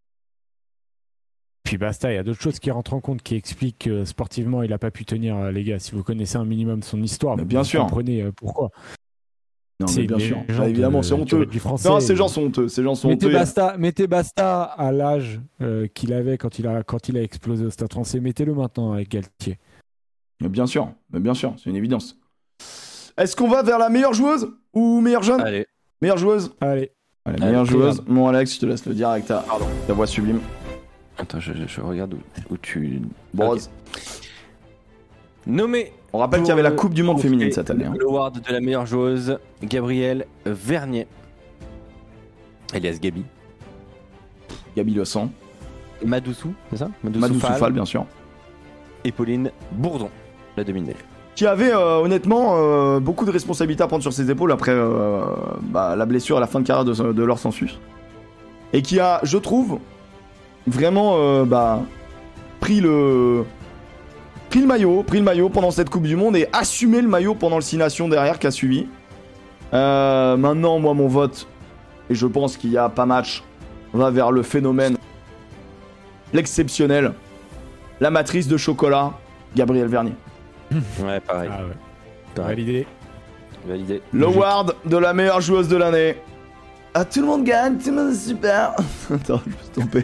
Puis basta, il y a d'autres choses qui rentrent en compte qui expliquent que sportivement il n'a pas pu tenir, les gars. Si vous connaissez un minimum son histoire, vous comprenez pourquoi. Non, mais bien sûr. Évidemment, c'est honteux. Non, ces gens sont honteux. Mettez Basta à l'âge qu'il avait quand il a explosé au Stade Français. Mettez-le maintenant avec Galtier. Mais bien sûr, c'est une évidence. Est-ce qu'on va vers la meilleure joueuse ou meilleure jeune ? Allez. Meilleure joueuse ? Allez, meilleure joueuse. Mon Alex, je te laisse le dire avec ta voix sublime. Attends, je regarde où tu... Broz. Okay. Nommé. On rappelle qu'il y avait la Coupe du Monde féminine cette année. L'award de la meilleure joueuse, Gabrielle Vernier. Alias Gabi. Gabi Le Sang. Madoussou, c'est ça ? Madoussou Fall, bien sûr. Et Pauline Bourdon, la demi-mêlée. Qui avait honnêtement beaucoup de responsabilités à prendre sur ses épaules après la blessure à la fin de carrière de Laure Sensus. Et qui a, je trouve, vraiment pris le maillot pendant cette Coupe du Monde et assumé le maillot pendant le 6 Nations derrière qui a suivi. Maintenant, moi, mon vote, et je pense qu'il n'y a pas match, va vers le phénomène, l'exceptionnel, la matrice de chocolat, Gabrielle Vernier. Ouais, pareil. Ah ouais. Validé. L'award de la meilleure joueuse de l'année. Ah, tout le monde gagne, tout le monde est super. Attends, je me suis trompé.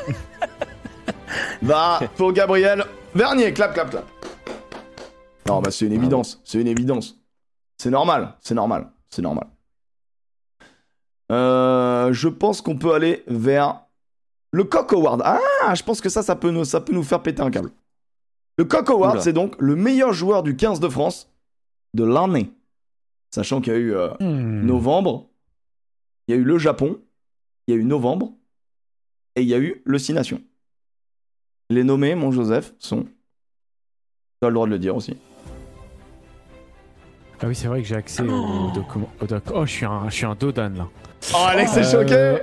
Va pour Gabrielle Vernier, clap. Non, c'est une évidence, C'est normal. Je pense qu'on peut aller vers le Coq Award. Ah, je pense que ça peut nous faire péter un câble. Le Coq Award, c'est donc le meilleur joueur du 15 de France de l'année. Sachant qu'il y a eu novembre, il y a eu le Japon, il y a eu novembre, et il y a eu le 6 Nations. Les nommés, mon Joseph, sont... Tu as le droit de le dire aussi. Ah oui, c'est vrai que j'ai accès au document. Oh, je suis un dodan là. Oh, Alex est choqué.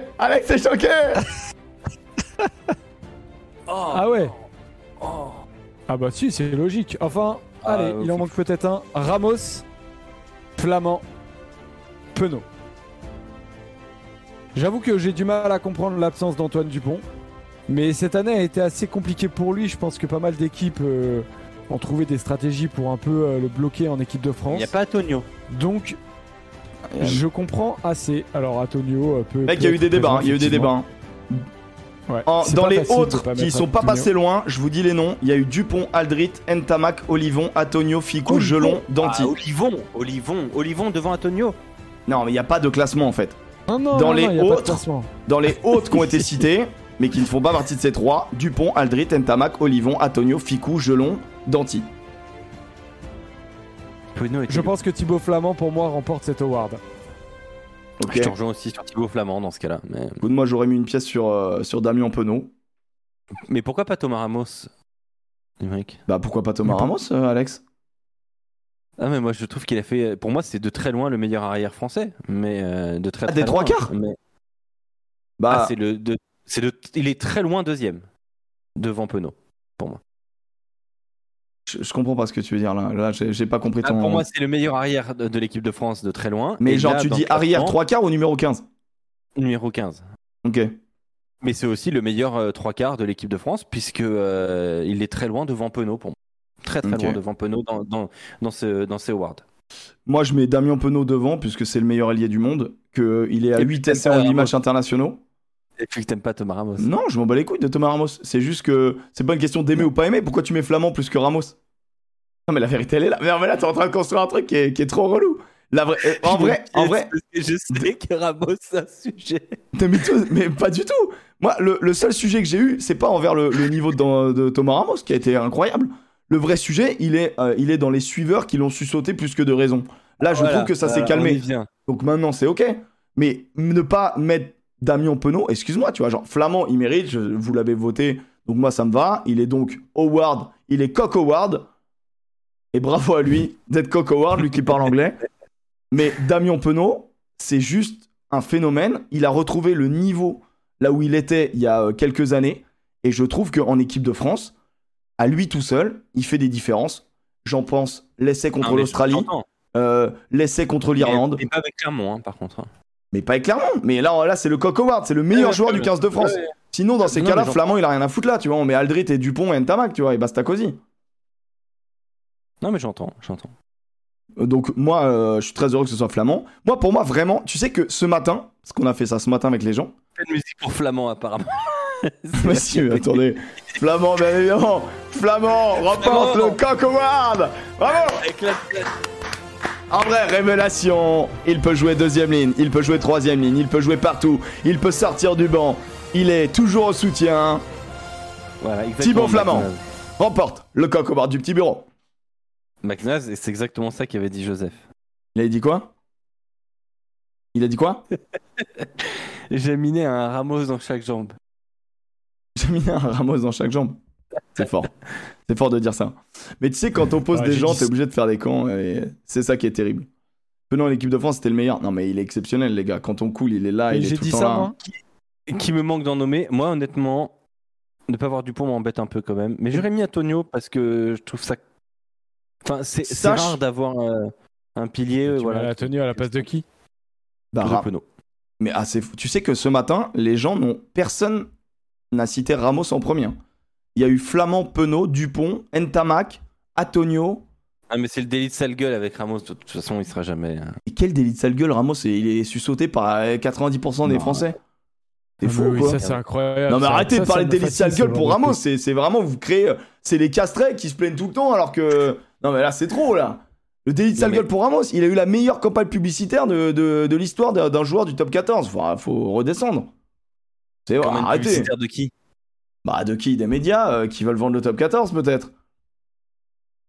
Ah ouais. Ah bah si, c'est logique. Enfin, allez, il en manque peut-être un. Ramos, Flamand, Penaud. J'avoue que j'ai du mal à comprendre l'absence d'Antoine Dupont. Mais cette année a été assez compliquée pour lui. Je pense que pas mal d'équipes ont trouvé des stratégies pour un peu le bloquer en équipe de France. Il n'y a pas Antonio. Donc, je comprends assez. Alors, Antonio peut... Mec, il y a eu des débats. Ouais, dans les autres qui sont pas passés loin, je vous dis les noms. Il y a eu Dupont, Aldrit, Ntamak, Olivon, Antonio, Ficou, Gelon, Danti. Olivon devant Antonio. Non, mais il n'y a pas de classement en fait. Dans les autres qui ont été cités, mais qui ne font pas partie de ces trois, Dupont, Aldrit, Ntamak, Olivon, Antonio, Ficou, Gelon, Danti. Je pense que Thibaut Flamand, pour moi, remporte cet award. Okay. Je te rejoins aussi sur Thibaut Flamand dans ce cas-là. Mais... Moi, j'aurais mis une pièce sur Damien Penaud. Mais pourquoi pas Thomas Ramos, Émeric ? Bah pourquoi pas Thomas Ramos, Alex ? Ah mais moi je trouve qu'il a fait, pour moi c'est de très loin le meilleur arrière français, mais de très, très des loin. Des 3/4 mais... Bah il est très loin deuxième devant Penaud pour moi. Je comprends pas ce que tu veux dire là j'ai pas compris ton... Pour moi c'est le meilleur arrière de l'équipe de France de très loin. Mais genre là, tu dis arrière 3/4 ou numéro 15 ? Numéro 15. Ok. Mais c'est aussi le meilleur 3/4 de l'équipe de France puisque il est très loin devant Penaud pour moi. Très loin devant Penaud dans ces awards. Moi je mets Damien Penaud devant puisque c'est le meilleur ailier du monde, qu'il est à 8 essais en 8 matchs internationaux. Et puis que t'aimes pas Thomas Ramos. Non, je m'en bats les couilles de Thomas Ramos. C'est juste que c'est pas une question d'aimer ou pas aimer. Pourquoi tu mets Flamand plus que Ramos ? Non mais la vérité elle est là. Mais là t'es en train de construire un truc qui est trop relou. En vrai. Je sais que Ramos a un sujet. Mais pas du tout. Moi, le seul sujet que j'ai eu, c'est pas envers le niveau de Thomas Ramos, qui a été incroyable. Le vrai sujet, il est dans les suiveurs qui l'ont su sauter plus que de raison. Là, je trouve que ça s'est calmé. Donc maintenant, c'est ok. Mais ne pas mettre Damien Penaud, excuse-moi, tu vois, genre Flamand, il mérite, vous l'avez voté, donc moi, ça me va. Il est donc Howard, il est Coq Howard. Et bravo à lui d'être Coq Howard, lui qui parle anglais. Mais Damien Penaud, c'est juste un phénomène. Il a retrouvé le niveau là où il était il y a quelques années. Et je trouve qu'en équipe de France, à lui tout seul, il fait des différences. J'en pense l'essai contre l'Australie, l'essai contre l'Irlande. Et pas avec Clermont, par contre. Mais pas avec Clermont. Mais là c'est le Coq Howard, c'est le meilleur joueur du 15 de France. Sinon, dans ces cas-là, Flamand, il a rien à foutre là. Tu vois, on met Aldrit et Dupont et Ntamak, tu vois, et basta cosy. Non, mais j'entends. Donc moi, je suis très heureux que ce soit Flamand. Moi, pour moi, vraiment, tu sais que ce matin, parce qu'on a fait ça ce matin avec les gens. Quelle musique pour Flamand, apparemment. Monsieur, attendez. Flamand, bien évidemment. Flamand remporte le Coq Howard. Bravo. En vrai, révélation. Il peut jouer deuxième ligne, il peut jouer troisième ligne, il peut jouer partout. Il peut sortir du banc. Il est toujours au soutien. Voilà, Thibaut Flamand remporte le Coq Howard du petit bureau. McNaz, et c'est exactement ça qu'avait dit Joseph. Il a dit quoi ? J'ai miné un Ramos dans chaque jambe. J'ai miné un Ramos dans chaque jambe. C'est fort. C'est fort de dire ça. Mais tu sais, quand on pose des gens, t'es obligé de faire des camps. Et c'est ça qui est terrible. Penant l'équipe de France, c'était le meilleur. Non, mais il est exceptionnel, les gars. Quand on coule, il est là. Il est tout le temps là. Moi. Qui me manque d'en nommer. Moi, honnêtement, ne pas avoir Dupont m'embête un peu quand même. Mais j'aurais mis Antonio parce que je trouve ça. Enfin, c'est rare d'avoir un pilier. Tu mets Antonio à la place de qui ? Penaud. Mais c'est fou. Tu sais que ce matin, les gens personne n'a cité Ramos en premier. Il y a eu Flamand, Penaud, Dupont, Ntamak, Antonio. Ah, mais c'est le délit de sale gueule avec Ramos. De toute façon, il sera jamais. Et quel délit de sale gueule, Ramos ? Il est su-sauté par 90% des Français. C'est fou, oui, quoi. Ça, c'est incroyable. Non, mais arrêtez de parler de délit de sale gueule pour Ramos. C'est vraiment, vous créez. C'est les castrés qui se plaignent tout le temps alors que. Non, mais là, c'est trop, là. Le délit de sale gueule pour Ramos, il a eu la meilleure campagne publicitaire de l'histoire d'un joueur du top 14. Faut redescendre. C'est vrai, arrêtez. Publicitaire de qui ? Bah, de qui ? Des médias qui veulent vendre le top 14, peut-être. Non ?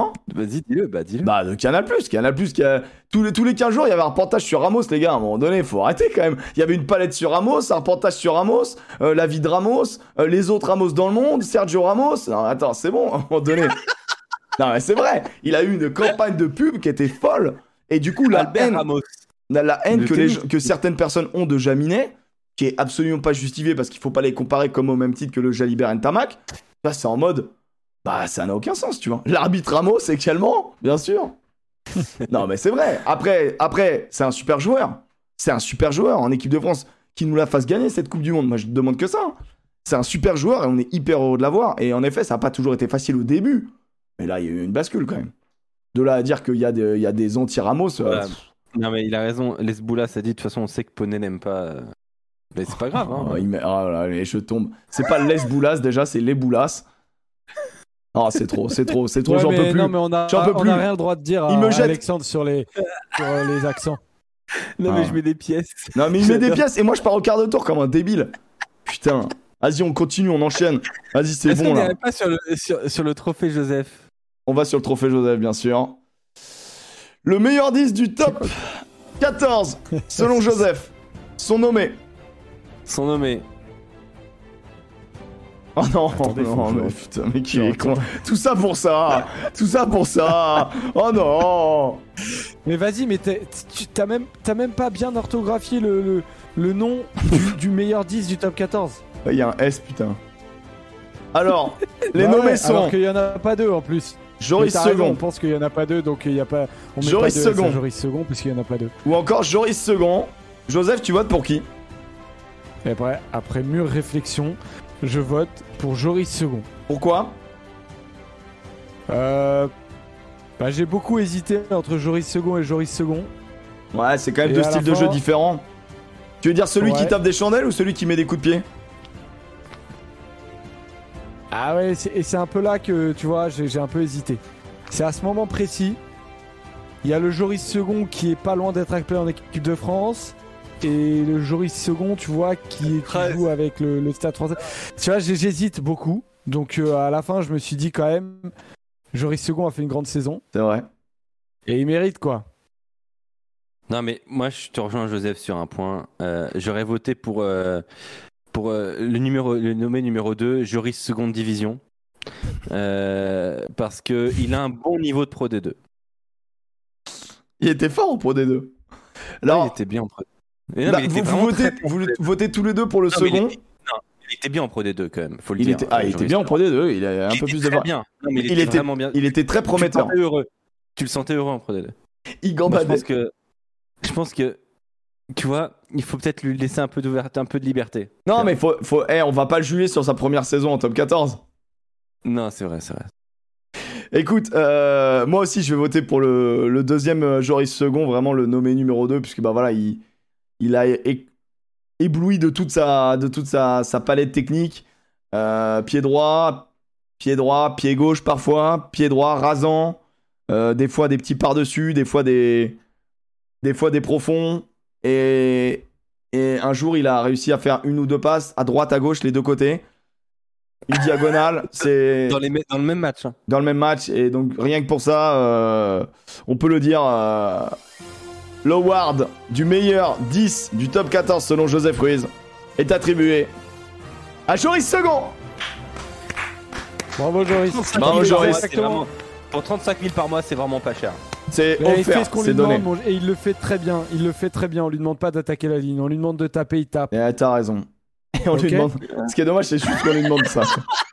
Vas-y, dis-le. Bah, de Canal+. Qui a... tous les 15 jours, il y avait un reportage sur Ramos, les gars. À un moment donné, faut arrêter quand même. Il y avait une palette sur Ramos, un reportage sur Ramos, la vie de Ramos, les autres Ramos dans le monde, Sergio Ramos. Non, attends, c'est bon, à un moment donné. Non, mais c'est vrai. Il a eu une campagne de pub qui était folle. Et du coup, la haine que certaines personnes ont de Jaminet, qui est absolument pas justifiée parce qu'il faut pas les comparer comme au même titre que le Jalibert Ntamak, là, c'est en mode... Bah, ça n'a aucun sens, tu vois. L'arbitre Ramos, actuellement, bien sûr. Non, mais c'est vrai. Après, c'est un super joueur. C'est un super joueur en équipe de France qui nous la fasse gagner, cette Coupe du Monde. Moi, je ne demande que ça. C'est un super joueur et on est hyper heureux de l'avoir. Et en effet, ça n'a pas toujours été facile au début. Mais là, il y a eu une bascule, quand même. De là à dire qu'il y a des anti-Ramos... Voilà. Non, mais il a raison. Les Boulas a dit, de toute façon, on sait que Poney n'aime pas... Mais c'est pas grave. Là, je tombe. C'est pas les Boulas, déjà, c'est les Boulas. Oh, c'est trop, ouais, j'en peux plus. Non, mais on a rien le droit de dire à Alexandre sur les accents. Non, mais je mets des pièces. Non, mais il met des pièces et moi je pars au quart de tour comme un débile. Putain. Vas-y, on continue, on enchaîne. Vas-y, c'est bon là. Est-ce qu'on n'irait pas sur le trophée Joseph ? On va sur le trophée Joseph, bien sûr. Le meilleur 10 du top 14, selon Joseph, sont nommés. Oh non, non, mais putain, mais qui est con. Tout ça pour ça. Oh non. Mais vas-y, mais t'as même pas bien orthographié le nom du meilleur 10 du top 14. Il y a un S, putain. Alors, les nommés sont... Alors qu'il y en a pas deux en plus. Joris Second. On pense qu'il y en a pas deux, donc il y a pas... On met Joris pas de S à Second. Joris Second parce qu'il y en a pas deux. Ou encore Joris Second. Joseph, tu votes pour qui? Et après mûre réflexion, je vote pour Joris Second. Pourquoi? J'ai beaucoup hésité entre Joris Second et Joris Second. Ouais, c'est quand même deux styles de jeu différents. Tu veux dire celui qui tape des chandelles ou celui qui met des coups de pied? Ah ouais, et c'est un peu là que, tu vois, j'ai un peu hésité. C'est à ce moment précis. Il y a le Joris Second qui est pas loin d'être appelé en équipe de France. Et le Joris Second, tu vois, qui joue avec le Stade Français. Tu vois, j'hésite beaucoup. Donc à la fin, je me suis dit quand même, Joris Second a fait une grande saison. C'est vrai. Et il mérite quoi. Non mais moi je te rejoins Joseph sur un point. J'aurais voté pour le nommé numéro 2, Joris seconde division. Parce qu'il a un bon niveau de Pro D2. Il était fort en Pro D2. Alors, il était bien en Pro D2. Vous votez tous les deux pour le second. Il était bien en Pro D2 quand même, faut le dire. Il était bien en Pro D2, il a un peu plus de voix. Il était vraiment bien. Il était très prometteur. Tu le sentais heureux en Pro D2. Il gambadait. Je pense que, tu vois, il faut peut-être lui laisser un peu de liberté. Non, mais on va pas le juger sur sa première saison en top 14. Non, c'est vrai. Écoute, moi aussi je vais voter pour le deuxième Joris Second, vraiment le nommé numéro 2, puisque bah voilà, il a ébloui de toute sa palette technique. Pied droit, pied gauche parfois, pied droit rasant, des fois des petits par-dessus, des fois des profonds. Et un jour, il a réussi à faire une ou deux passes à droite, à gauche, les deux côtés. Une diagonale, c'est... Dans le même match. Hein. Dans le même match, et donc rien que pour ça, on peut le dire, l'award du meilleur 10 du top 14 selon Joseph Ruiz est attribué à Joris Second. Bravo Joris. Bravo Joris. Pour 35 000 par mois, c'est vraiment pas cher. C'est offert, il fait ce qu'on lui demande, et il le fait très bien. On lui demande pas d'attaquer la ligne, on lui demande de taper, il tape. Et t'as raison. Et on lui demande... Ce qui est dommage, c'est juste qu'on lui demande ça.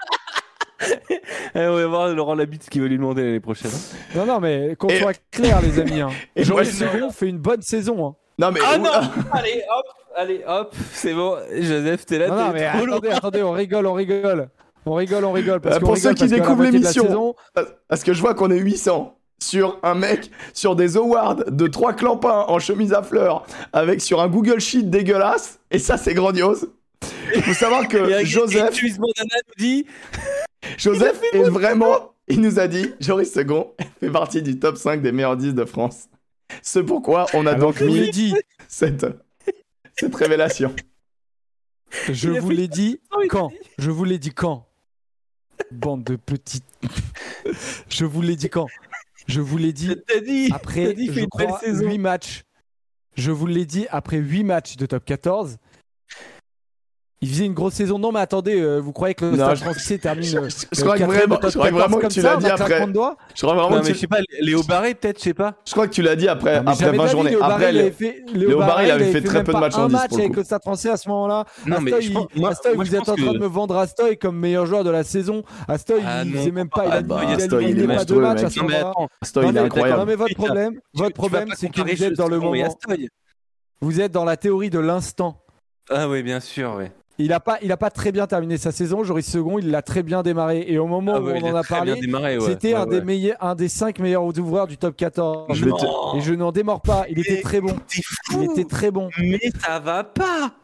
On va voir Laurent Labitte ce qu'il veut lui demander l'année prochaine. Non, mais qu'on soit clair, les amis. Hein. Joris Second fait une bonne saison. Hein. Non, mais... non Allez, hop, c'est bon. Joseph, t'es là. Non, mais attendez, on rigole. Parce pour ceux qui découvrent l'émission, parce que je vois qu'on est 800 sur un mec, sur des awards de 3 clampins en chemise à fleurs, avec sur un Google Sheet dégueulasse, et ça, c'est grandiose. Il faut savoir que Joseph est vraiment, il nous a dit, Joris Second fait partie du top 5 des meilleurs 10 de France. C'est pourquoi on a donc mis cette révélation. Je vous l'ai dit quand Bande de petites... Je vous l'ai dit quand Je vous l'ai dit après, je crois, 8 matchs. Je vous l'ai dit après 8 matchs de top 14. Il faisait une grosse saison. Non, mais attendez, vous croyez que le Stade Français termine je crois vraiment que tu l'as dit après. Je crois vraiment je sais pas, Léo Barré peut-être, je sais pas. Je crois que tu l'as dit après 20 journées. Après, Léo Barré, il avait fait très peu de matchs en 10 pour le coup. Un match avec le Stade Français à ce moment-là. Astoy, vous êtes en train de me vendre Astoy comme meilleur joueur de la saison. Astoy, il faisait même pas. Il n'est pas deux matchs à ce moment-là. Astoy, il est incroyable. Non, mais votre problème, c'est que vous êtes dans le moment. Vous êtes dans la théorie de l'instant. Ah oui, bien sûr, oui. Il a pas très bien terminé sa saison. Joris Second, il l'a très bien démarré. Et au moment où on en a parlé, c'était un des 5 meilleurs ouvreurs du top 14. Et je n'en démords pas. Il était très bon. Mais ça va pas.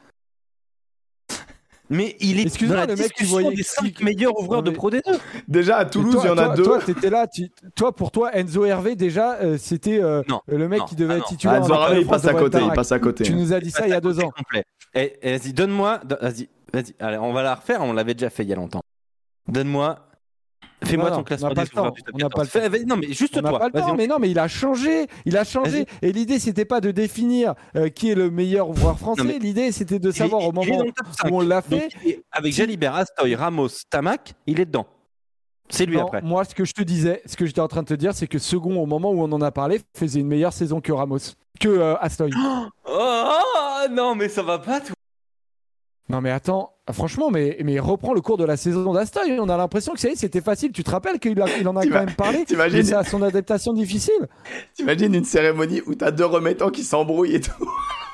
Mais il est dans la discussion des 5 meilleurs ouvreurs de Pro D2. Déjà, à Toulouse, il y en a 2. Toi, t'étais là. Pour toi, Enzo Hervé, déjà, c'était le mec qui devait être titulaire. Enzo Hervé, il passe à côté. Tu nous as dit ça il y a 2 ans. Vas-y, donne-moi. Vas-y. Allez, on va la refaire. On l'avait déjà fait il y a longtemps. Donne-moi Fais-moi ton classement. On n'a pas le temps. On n'a pas le temps. Non, mais juste on toi. n'a pas le temps. Mais non, mais il a changé. Et l'idée, c'était pas de définir qui est le meilleur joueur français. Non, l'idée, c'était de savoir au moment où on l'a fait. Donc, avec Jalibert, Astoy, Ramos, Tamac, il est dedans. C'est lui après. Moi, ce que j'étais en train de te dire, c'est que second, au moment où on en a parlé, faisait une meilleure saison que Ramos, que Astoy. Oh non, mais ça va pas, tout. Non, mais attends, franchement, mais reprends le cours de la saison d'Astoy. On a l'impression que ça y est, c'était facile. Tu te rappelles qu'il en a quand même parlé. T'imagines c'est à son adaptation difficile. T'imagines une cérémonie où t'as deux remettants qui s'embrouillent et tout.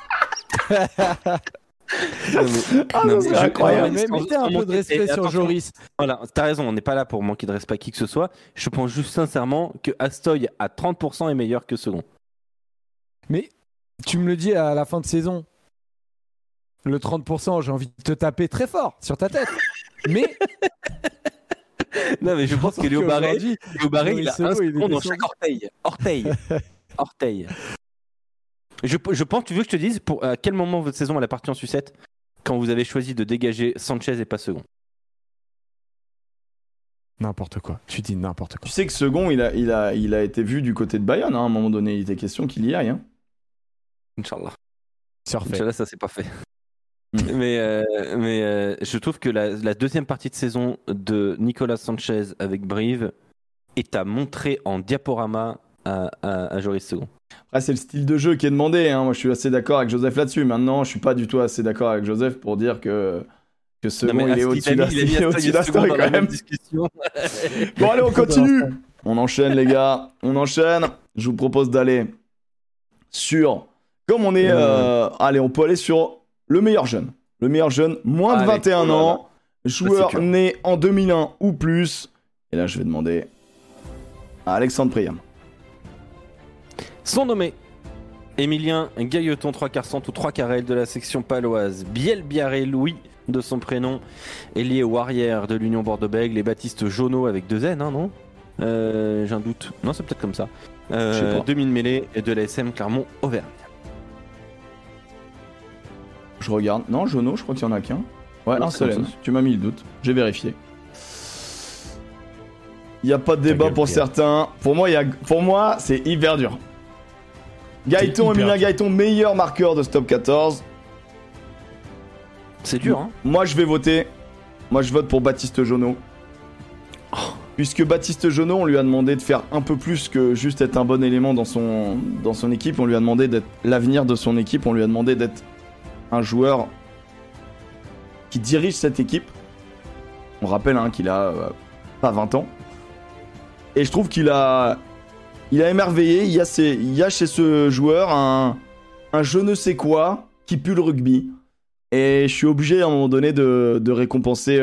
C'est incroyable. Mettez un peu de respect sur Joris. Voilà, t'as raison, on n'est pas là pour manquer de respect à qui que ce soit. Je pense juste sincèrement que Astoy à 30% est meilleur que second. Mais tu me le dis à la fin de saison. Le 30%, j'ai envie de te taper très fort sur ta tête. Mais non, mais je pense que Léo Barré, il a un second dans chaque orteil. Je pense, tu veux que je te dise à quel moment votre saison elle est partie en sucette, quand vous avez choisi de dégager Sanchez et pas second? N'importe quoi. Tu dis n'importe quoi. Tu sais que second, il a été vu du côté de Bayonne, hein, à un moment donné. Il était question qu'il y aille. Hein. Inch'Allah. Inch'Allah, ça c'est pas fait. Mais je trouve que la deuxième partie de saison de Nicolas Sanchez avec Brive est à montrer en diaporama à Joris Second. Après, c'est le style de jeu qui est demandé. Hein. Moi, je suis assez d'accord avec Joseph là-dessus. Maintenant, je suis pas du tout assez d'accord avec Joseph pour dire que Second, il est au-dessus d'Astoy quand même. Bon, allez, on continue. On enchaîne, les gars. On enchaîne. Je vous propose d'aller sur... Comme on est... Allez, on peut aller sur... Le meilleur jeune, moins de 21 ans, joueur né en 2001 ou plus. Et là, je vais demander à Alexandre Priam. Sont nommés Emilien Gailleton, 3/4 centre ou 3/4 de la section paloise, Biel Biarré Louis de son prénom, ailier ou arrière de l'Union Bordeaux-Bègles, et Baptiste Jonot avec 2 N, hein, non j'ai un doute. Non, c'est peut-être comme ça. Demi-mêlée et de l'ASM Clermont-Auvergne. Je regarde. Non, Jono, je crois qu'il y en a qu'un. Ouais, un seul. Tu m'as mis le doute. J'ai vérifié. Il n'y a pas de débat pour certains. Pour moi, c'est hyper dur. Emilien Gailleton, meilleur marqueur de ce top 14. C'est dur, hein. Moi, je vais voter. Moi, je vote pour Baptiste Jonot. Puisque Baptiste Jonot, on lui a demandé de faire un peu plus que juste être un bon élément dans son équipe. On lui a demandé d'être l'avenir de son équipe. On lui a demandé d'être un joueur qui dirige cette équipe. On rappelle qu'il a pas 20 ans. Et je trouve qu'il a émerveillé. Il y a chez ce joueur un je ne sais quoi qui pue le rugby. Et je suis obligé à un moment donné de récompenser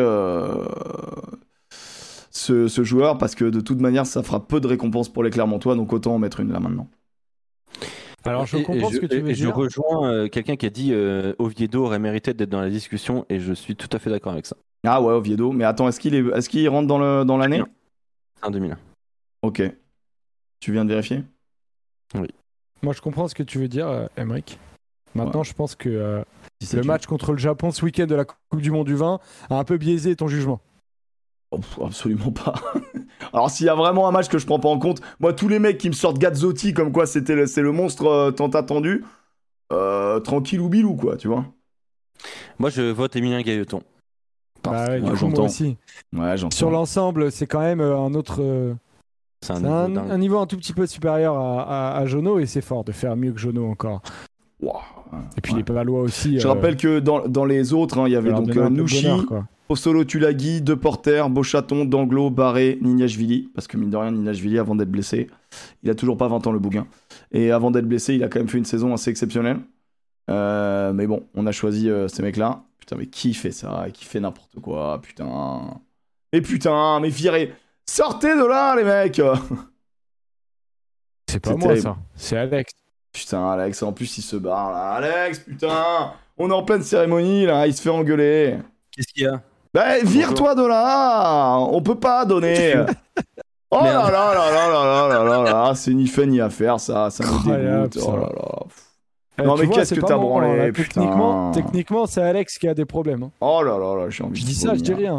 ce joueur, parce que de toute manière ça fera peu de récompenses pour les Clermontois, donc autant en mettre une là maintenant. Alors je comprends ce que tu veux dire. Je rejoins quelqu'un qui a dit Oviedo aurait mérité d'être dans la discussion, et je suis tout à fait d'accord avec ça. Ah ouais, Oviedo. Mais attends, est-ce qu'il rentre dans l'année? C'est un 2001. Ok. Tu viens de vérifier? Oui. Moi je comprends ce que tu veux dire, Emric. Maintenant je pense que le match contre le Japon ce week-end de la Coupe du Monde du vin a un peu biaisé ton jugement. Oh, absolument pas. Alors s'il y a vraiment un match que je prends pas en compte, moi tous les mecs qui me sortent Gazzotti comme quoi c'est le monstre tant attendu, tranquille ou bilou quoi, tu vois. Moi je vote Emilien Gailleton. Moi aussi. Ouais, j'entends. Sur l'ensemble, c'est quand même un autre... c'est un niveau un tout petit peu supérieur à Jonot, et c'est fort de faire mieux que Jonot encore. Wow. Et puis les Palois aussi. Je rappelle que dans les autres, il y avait donc Nouchi, Osolo Tulagi, Deporter, Beauchaton, Danglo, Barré, Nignashvili. Parce que mine de rien, Nignashvili, avant d'être blessé, il a toujours pas 20 ans le bouguin. Et avant d'être blessé, il a quand même fait une saison assez exceptionnelle. Mais bon, on a choisi ces mecs-là. Putain, mais qui fait ça? Qui fait n'importe quoi? Putain. Mais virez. Sortez de là, les mecs. C'est pas moi, ça. C'est Alex. Putain, Alex, en plus, il se barre, là. Alex, putain. On est en pleine cérémonie, là. Il se fait engueuler. Qu'est-ce qu'il y a? Bah, vire-toi de là. On peut pas donner. Oh là là là là là là là là. C'est ni fait ni à faire, ça me dégoûte. Oh là là. Non mais qu'est-ce que t'as branlé, putain. Techniquement, c'est Alex qui a des problèmes. Hein. Oh là là là, j'ai envie de dis ça, je dis rien.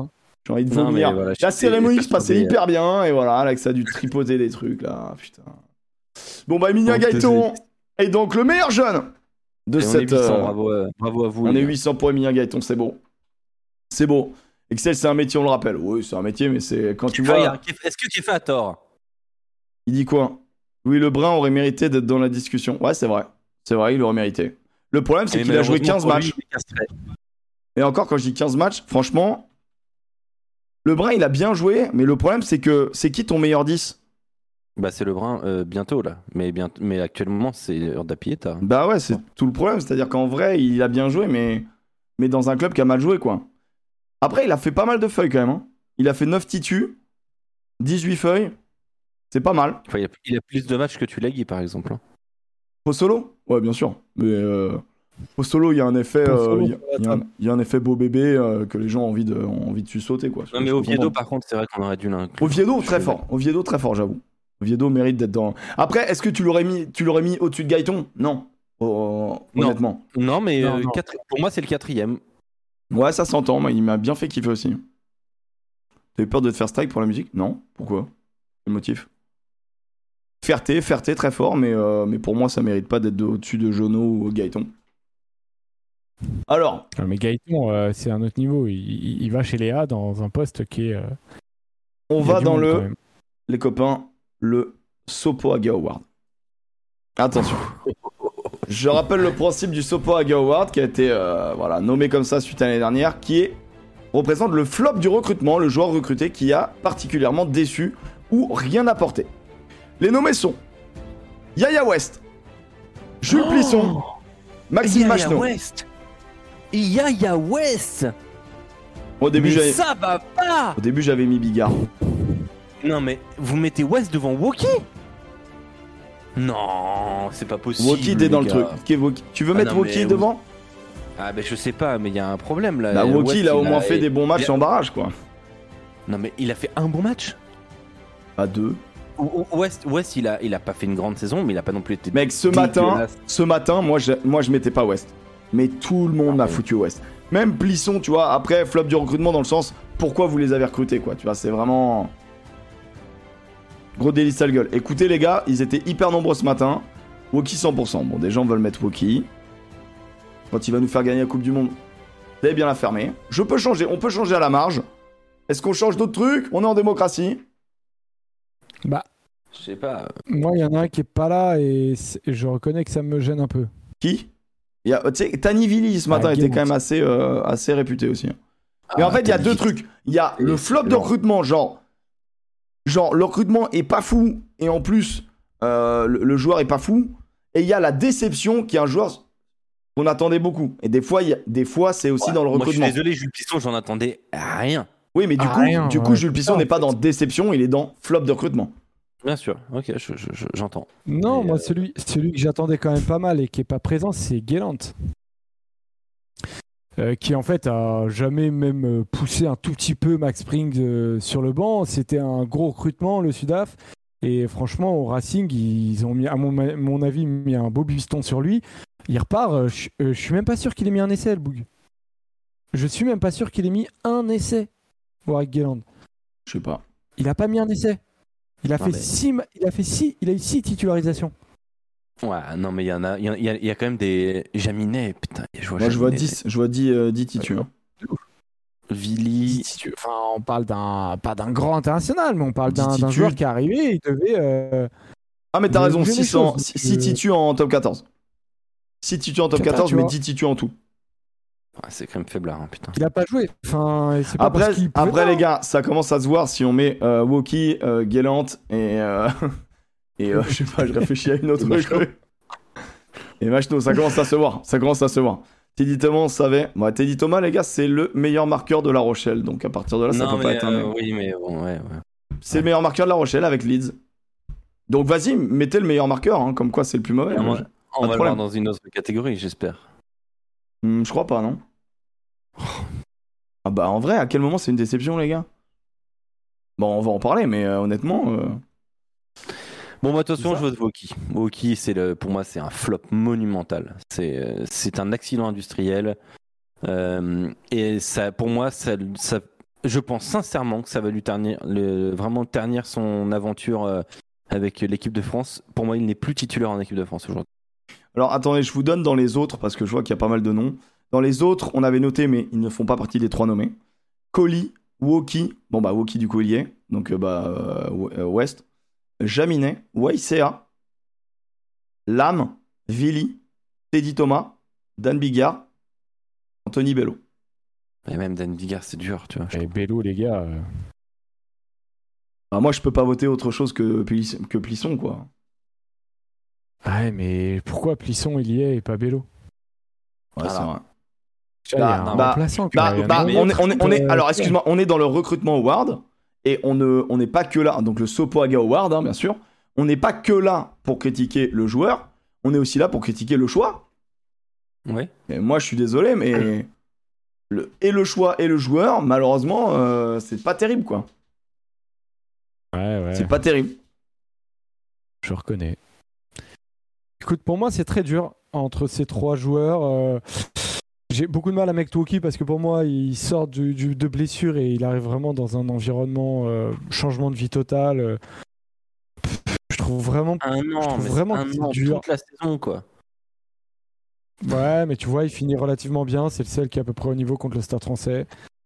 J'ai envie de vomir. Voilà, la cérémonie se passait hyper bien, et voilà, Alex a dû tripoter des trucs, là, putain. Bon, bah, Emilia Gaëton est donc le meilleur jeune de cette... 800, bravo à vous. On est 800 pour Emilia Gaëton, c'est beau. C'est beau. Excel, c'est un métier, on le rappelle. Oui, c'est un métier, mais c'est quand tu vois... Est-ce que Kefa a tort? Il dit quoi? Louis Lebrun aurait mérité d'être dans la discussion. Ouais, c'est vrai. C'est vrai, il aurait mérité. Le problème, c'est qu'il a joué 15 matchs. Et encore, quand je dis 15 matchs, franchement, Lebrun, il a bien joué, mais le problème, c'est que c'est qui ton meilleur 10? Bah, c'est Lebrun bientôt, là. Mais actuellement, c'est Urda Pieta. Bah ouais, c'est tout le problème. C'est-à-dire qu'en vrai, il a bien joué, mais dans un club qui a mal joué, quoi. Après, il a fait pas mal de feuilles, quand même. Hein. Il a fait 9 titus, 18 feuilles. C'est pas mal. Enfin, il a plus de matchs que Tulagi, par exemple. Postolo? Ouais, bien sûr. Mais Postolo, il y a un effet, il y a un effet beau bébé que les gens ont envie de sucer, quoi. Non, mais Oviedo, par contre, c'est vrai qu'on aurait dû l'inclure. Oviedo, très fort. Oviedo, très fort, j'avoue. Oviedo mérite d'être dans... Après, est-ce que tu l'aurais mis au-dessus de Gaëton? Non. Honnêtement. Non, mais pour moi, c'est le 4e. Ouais, ça s'entend. Moi, il m'a bien fait kiffer aussi. T'avais peur de te faire strike pour la musique? Non. Pourquoi? Quel motif? Ferté, très fort, mais pour moi, ça mérite pas d'être au-dessus de Jono ou Gaëton. Alors. Mais Gaëton, c'est un autre niveau. Il va chez Léa dans un poste qui est... On va dans les copains, le Sopo Haga Award. Attention. Je rappelle le principe du Sopo Haga Award qui a été nommé comme ça suite à l'année dernière, qui représente le flop du recrutement, le joueur recruté qui a particulièrement déçu ou rien apporté. Les nommés sont Yaya West, Jules Plisson, Maxime Macheneau. Yaya West. Au début, ça va pas. Au début, j'avais mis Bigard. Non, mais vous mettez West devant Woki? Non, c'est pas possible. Woki, t'es dans le truc. Tu veux mettre Woki devant? Ah, ben je sais pas, mais il y a un problème là. Bah, Woki, il a au moins fait des bons matchs en barrage, quoi. Non, mais il a fait un bon match? Pas deux. West, il a pas fait une grande saison, mais il a pas non plus été. Mec, ce matin, moi je mettais pas West. Mais tout le monde m'a foutu West. Même Plisson, tu vois, après flop du recrutement dans le sens, pourquoi vous les avez recrutés, quoi. Tu vois, c'est vraiment... Gros délice sale gueule. Écoutez les gars, ils étaient hyper nombreux ce matin. Woki 100%. Bon, des gens veulent mettre Woki. Quand il va nous faire gagner la Coupe du Monde, vous allez bien la fermer. On peut changer à la marge. Est-ce qu'on change d'autres trucs? On est en démocratie. Bah, je sais pas. Moi, il y en a un qui est pas là et je reconnais que ça me gêne un peu. Qui? Tu sais, Tani Vili ce matin était quand même assez réputé aussi. Mais en fait, il y a deux trucs. Il y a le flop de recrutement, genre le recrutement est pas fou et en plus le joueur est pas fou. Et il y a la déception qui est un joueur qu'on attendait beaucoup. Et des fois c'est aussi dans le recrutement. Moi, je suis désolé, Jules Plisson, j'en attendais rien. Oui, mais du coup, Jules Plisson n'est pas dans déception, il est dans flop de recrutement. Bien sûr, ok, j'entends. Non, moi, celui que j'attendais quand même pas mal et qui est pas présent, c'est Guélant. Qui en fait a jamais même poussé un tout petit peu Max Spring sur le banc. C'était un gros recrutement, le Sudaf. Et franchement, au Racing, ils ont mis, à mon avis, mis un beau piston sur lui. Il repart. Je suis même pas sûr qu'il ait mis un essai, le Boug. Je suis même pas sûr qu'il ait mis un essai. Warwick Guéland. Je sais pas. Il a pas mis un essai. Il a eu 6 titularisations. Ouais, non, mais il y a quand même des Jaminet, putain. Moi, je vois 10 titus. Vili. Enfin, on parle pas d'un grand international, mais on parle d'un joueur qui est arrivé et il devait. Ah, mais t'as raison, 6 titus en top 14. 6 titus en top 14, mais 10 titus en tout. Ouais, c'est quand même faiblard, hein, putain. Il a pas joué. Enfin, après les gars, ça commence à se voir si on met Woki, Guélant et je sais pas, je réfléchis à une autre recrue. Et Macheneau, ça commence à se voir. Teddy Thomas, on savait. Bon, Teddy Thomas, les gars, c'est le meilleur marqueur de La Rochelle. Donc à partir de là, ça peut pas être un. Oui, mais bon, ouais. C'est le meilleur marqueur de La Rochelle avec Leeds. Donc vas-y, mettez le meilleur marqueur, hein, comme quoi c'est le plus mauvais. On va le voir dans une autre catégorie, j'espère. Je crois pas, non. Ah bah en vrai, à quel moment c'est une déception, les gars? Bon, on va en parler, mais honnêtement. Bon, moi, attention, je vote Woki. Woki, pour moi, c'est un flop monumental. C'est un accident industriel. Et ça, pour moi, Je pense sincèrement que ça va lui vraiment ternir son aventure avec l'équipe de France. Pour moi, il n'est plus titulaire en équipe de France aujourd'hui. Alors attendez, je vous donne dans les autres, parce que je vois qu'il y a pas mal de noms. Dans les autres, on avait noté, mais ils ne font pas partie des 3 nommés. Colli, Woki, Woki du coup il y est, donc West. Jaminet, Waisea, Lam, Vili, Teddy Thomas, Dan Bigard, Anthony Bello. Et même Dan Bigard, c'est dur, tu vois. Et Bello, les gars. Moi, je peux pas voter autre chose que Plisson, quoi. Ouais, mais pourquoi Plisson il y est et pas Bello? Ouais, c'est vrai. Alors, excuse-moi, on est dans le recrutement award et on n'est pas que là, donc le Sopoaga Award, bien sûr. On n'est pas que là pour critiquer le joueur, on est aussi là pour critiquer le choix. Ouais. Et moi, je suis désolé, mais le choix et le joueur, malheureusement, c'est pas terrible, quoi. Ouais. C'est pas terrible. Je reconnais. Écoute, pour moi, c'est très dur entre ces 3 joueurs. J'ai beaucoup de mal à Mektoki parce que pour moi, il sort de blessure et il arrive vraiment dans un environnement changement de vie total. Je trouve vraiment, dur. Toute la saison, quoi. Ouais, mais tu vois, il finit relativement bien. C'est le seul qui est à peu près au niveau contre le Stade français.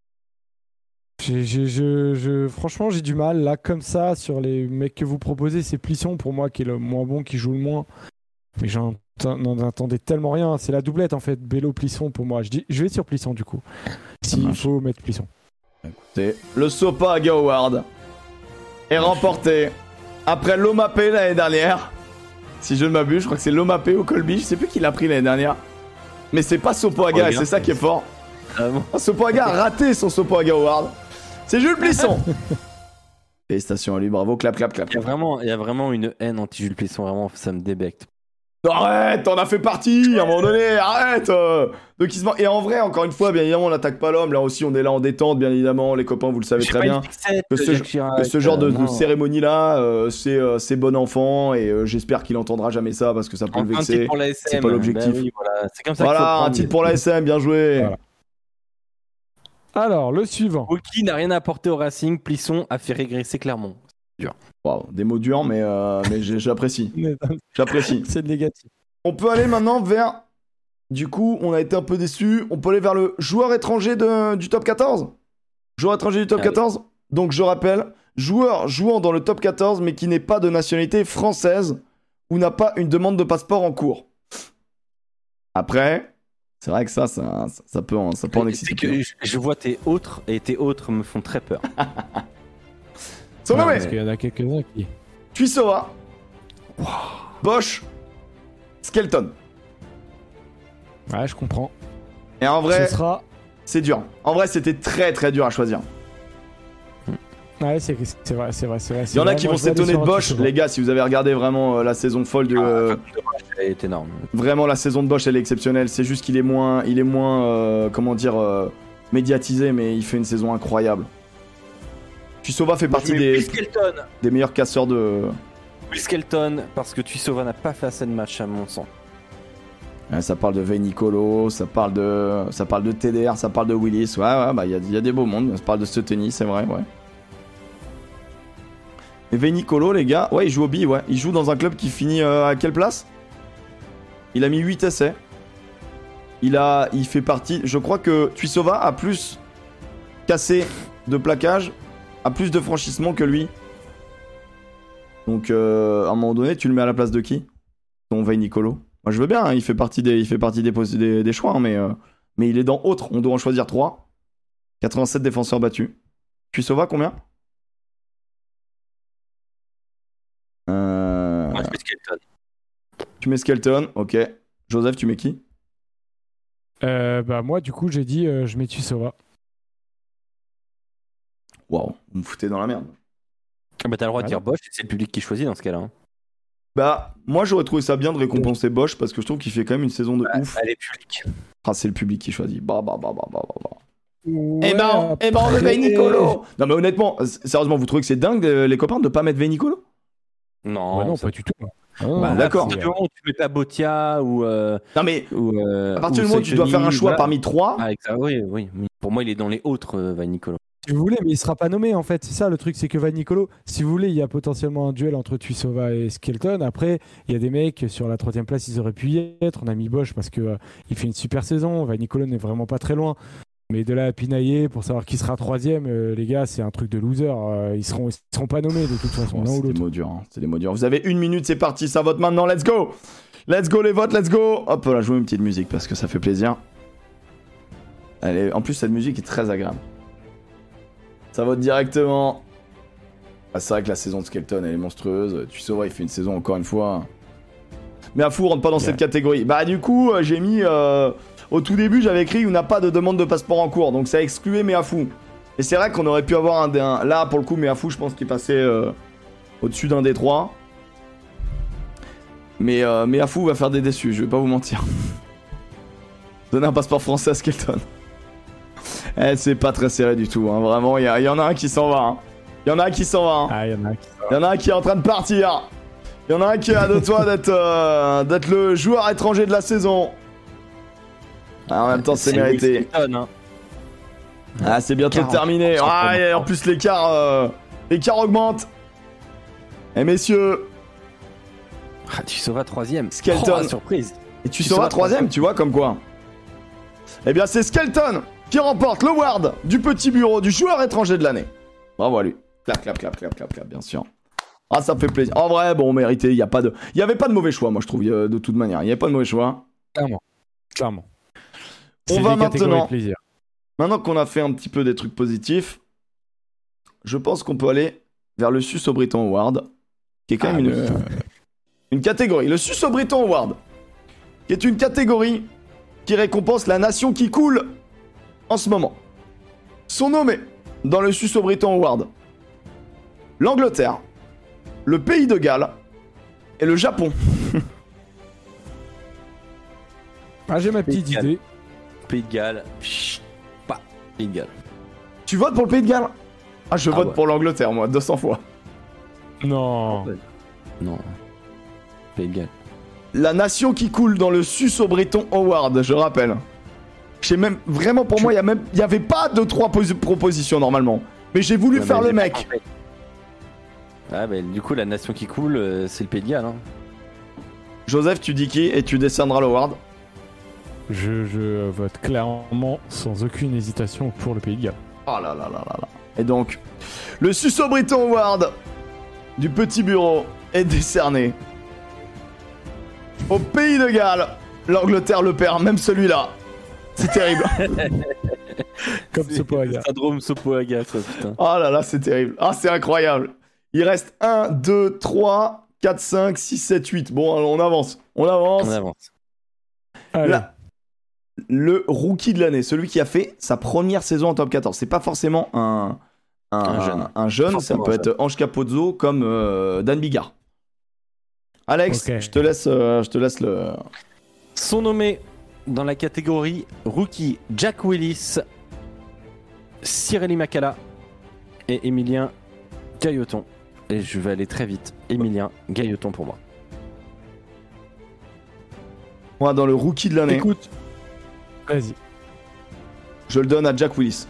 Franchement, j'ai du mal. Là, comme ça, sur les mecs que vous proposez, c'est Plisson pour moi qui est le moins bon, qui joue le moins. Mais j'en attendais tellement rien. C'est la doublette en fait. Bello, Plisson pour moi. Je vais sur Plisson du coup. S'il faut mettre Plisson. Écoutez, le Sopoaga Award est remporté après l'Omapé l'année dernière. Si je ne m'abuse, je crois que c'est l'Omapé au Colby. Je sais plus qui l'a pris l'année dernière. Mais c'est pas Sopoaga et c'est ça qui est fort. Sopoaga a raté son Sopoaga Award. C'est Jules Plisson. Félicitations à lui, bravo, clap. Il y a vraiment une haine anti-Jules Plisson, vraiment, ça me débecte. Arrête, t'en as fait partie à un moment donné, arrête Et en vrai, encore une fois, bien évidemment, on n'attaque pas l'homme. Là aussi, on est là en détente, bien évidemment. Les copains, vous le savez très bien. Que ce genre de cérémonie-là, c'est bon enfant. Et j'espère qu'il entendra jamais ça parce que ça peut le vexer. C'est pas l'objectif. Bah oui, voilà. C'est comme ça voilà, un titre pour la SM, bien joué. Voilà. Alors, le suivant. Woki n'a rien apporté au Racing. Plisson a fait régresser Clermont. Dur. Wow, des mots durs, mais j'apprécie. J'apprécie. C'est négatif. On peut aller maintenant vers... Du coup, on a été un peu déçus. On peut aller vers le joueur étranger du top 14. Joueur étranger du top 14. Donc, je rappelle, joueur jouant dans le top 14, mais qui n'est pas de nationalité française ou n'a pas une demande de passeport en cours. Après, c'est vrai que ça peut en exciter. Je vois tes autres, et tes autres me font très peur. Parce qu'il y en a quelques-uns qui... Tuisova, Bosch, Skelton. Ouais, je comprends. Et en vrai, c'est dur. En vrai, c'était très très dur à choisir. Ouais, c'est vrai. Il y en a qui vont s'étonner de Bosch. Les gars, si vous avez regardé vraiment la saison folle de... Elle est énorme. Vraiment, la saison de Bosch, elle est exceptionnelle. C'est juste qu'il est moins médiatisé, mais il fait une saison incroyable. Tuisova fait partie des meilleurs casseurs de... Will Skelton, parce que Tuisova n'a pas fait assez de matchs à mon sens. Ça parle de Veinicolo, ça parle de TDR, ça parle de Willis. Ouais, bah il y a des beaux mondes. Ça parle de Stuteny, c'est vrai, ouais. Et Veinicolo, les gars, ouais, il joue au B, ouais. Il joue dans un club qui finit à quelle place? Il a mis 8 essais. Il fait partie... Je crois que Tuisova a plus cassé de plaquage, a plus de franchissement que lui. Donc, à un moment donné, tu le mets à la place de qui? Ton Veinicolo. Moi, je veux bien, hein, il fait partie des choix, hein, mais il est dans autre. On doit en choisir 3. 87 défenseurs battus. Tuisova, combien? Moi, je mets Skelton. Tu mets Skelton, ok. Joseph, tu mets qui? Bah moi, du coup, j'ai dit je mets Tuisova. Waouh, vous me foutez dans la merde. Bah t'as le droit de dire Bosch, c'est le public qui choisit dans ce cas-là. Hein. Bah, moi j'aurais trouvé ça bien de récompenser Bosch parce que je trouve qu'il fait quand même une saison de ouf. Elle est publique. Ah, c'est le public qui choisit. Ouais, et ben on met Veinicolo. Non mais honnêtement, sérieusement, vous trouvez que c'est dingue les copains de pas mettre Veinicolo? Non, bah non, pas du tout. Bah, d'accord. À partir du moment où tu mets pas Botia ou. Non mais à partir du moment où tu dois faire un choix parmi 3. Ah, oui. Pour moi, il est dans les autres, Veinicolo. Si vous voulez, mais il sera pas nommé en fait. C'est ça le truc, c'est que Vanicolo, si vous voulez, il y a potentiellement un duel entre Tuisova et Skelton. Après, il y a des mecs sur la 3e place, ils auraient pu y être. On a mis Bosch parce que il fait une super saison. Vanicolo n'est vraiment pas très loin. Mais de là à pinailler pour savoir qui sera 3e, les gars, c'est un truc de loser. Ils seront pas nommés de toute façon. C'est des mots durs. C'est des mots durs. Vous avez 1 minute, c'est parti, ça vote maintenant. Let's go. Let's go les votes, let's go. Hop là, jouez une petite musique parce que ça fait plaisir. Allez, en plus cette musique est très agréable. Ça vote directement. Ah, c'est vrai que la saison de Skelton elle est monstrueuse. Tu sauras, il fait une saison encore une fois. Mais Afou rentre pas dans cette catégorie. Bah du coup, j'ai mis au tout début, j'avais écrit on n'a pas de demande de passeport en cours, donc ça excluait Meafou. Et c'est vrai qu'on aurait pu avoir un là pour le coup Meafou, je pense qu'il passait au-dessus d'un des 3. Mais Meafou va faire des déçus, je vais pas vous mentir. Donner un passeport français à Skelton. C'est pas très serré du tout, hein. Vraiment, il y en a un qui s'en va. Hein. Il y en a un qui s'en va. Hein. Ah, il y en a un qui s'en va. Il y en a un qui est en train de partir. Il y en a un qui est à deux doigts d'être le joueur étranger de la saison. Ah, en même temps, c'est mérité. Skelton, hein. Ah, c'est bientôt terminé. Ah, et en plus, l'écart augmente. Et messieurs. Ah, Tuisova 3e. Skelton. Oh, surprise. Et Tuisova 3e, tu vois, comme quoi. Eh bien, c'est Skelton qui remporte l'award du petit bureau du joueur étranger de l'année. Bravo à lui. Clap, clap, clap, clap, clap, clap, bien sûr. Ah, ça me fait plaisir. En vrai, bon, mérité. Il y avait pas de mauvais choix, moi, je trouve, de toute manière. Il n'y avait pas de mauvais choix. Clairement. On va maintenant qu'on a fait un petit peu des trucs positifs, je pense qu'on peut aller vers le Susso-Breton Award, qui est quand même une catégorie. Le Susso-Breton Award, qui est une catégorie qui récompense la nation qui coule en ce moment. Sont nommés dans le Susso-Breton Award l'Angleterre, le Pays de Galles et le Japon. Ah, j'ai ma petite idée. Pays de Galles. Pas Pays de Galles. Tu votes pour le Pays de Galles? Ah, je vote pour l'Angleterre, moi, 200 fois. Non. Non. Pays de Galles. La nation qui coule dans le Susso-Breton Award, je rappelle. J'ai même, vraiment pour moi, il y avait pas de 3 propositions normalement. Mais j'ai voulu faire le mec. Ah, bah du coup, la nation qui coule, c'est le Pays de Galles. Hein. Joseph, tu dis qui et tu décerneras l'award? Je vote clairement, sans aucune hésitation, pour le Pays de Galles. Oh là là là là là. Et donc, le Susso-Breton Award du petit bureau est décerné au Pays de Galles. L'Angleterre le perd, même celui-là. C'est terrible. Comme Sopoaga. Syndrome Sopoaga, ça, putain. Oh là là, c'est terrible. Ah, c'est incroyable. Il reste 1, 2, 3, 4, 5, 6, 7, 8. Bon, alors on avance. On avance. Là, le rookie de l'année, celui qui a fait sa première saison en top 14. C'est pas forcément un jeune, ça peut être Ange Capozzo comme Dan Bigard. Alex, okay. je te laisse le... Sont nommés dans la catégorie rookie Jack Willis, Cyril Makala et Emilien Gailleton. Et je vais aller très vite. Emilien Gailleton pour moi. Moi, dans le rookie de l'année. Écoute, vas-y. Je le donne à Jack Willis.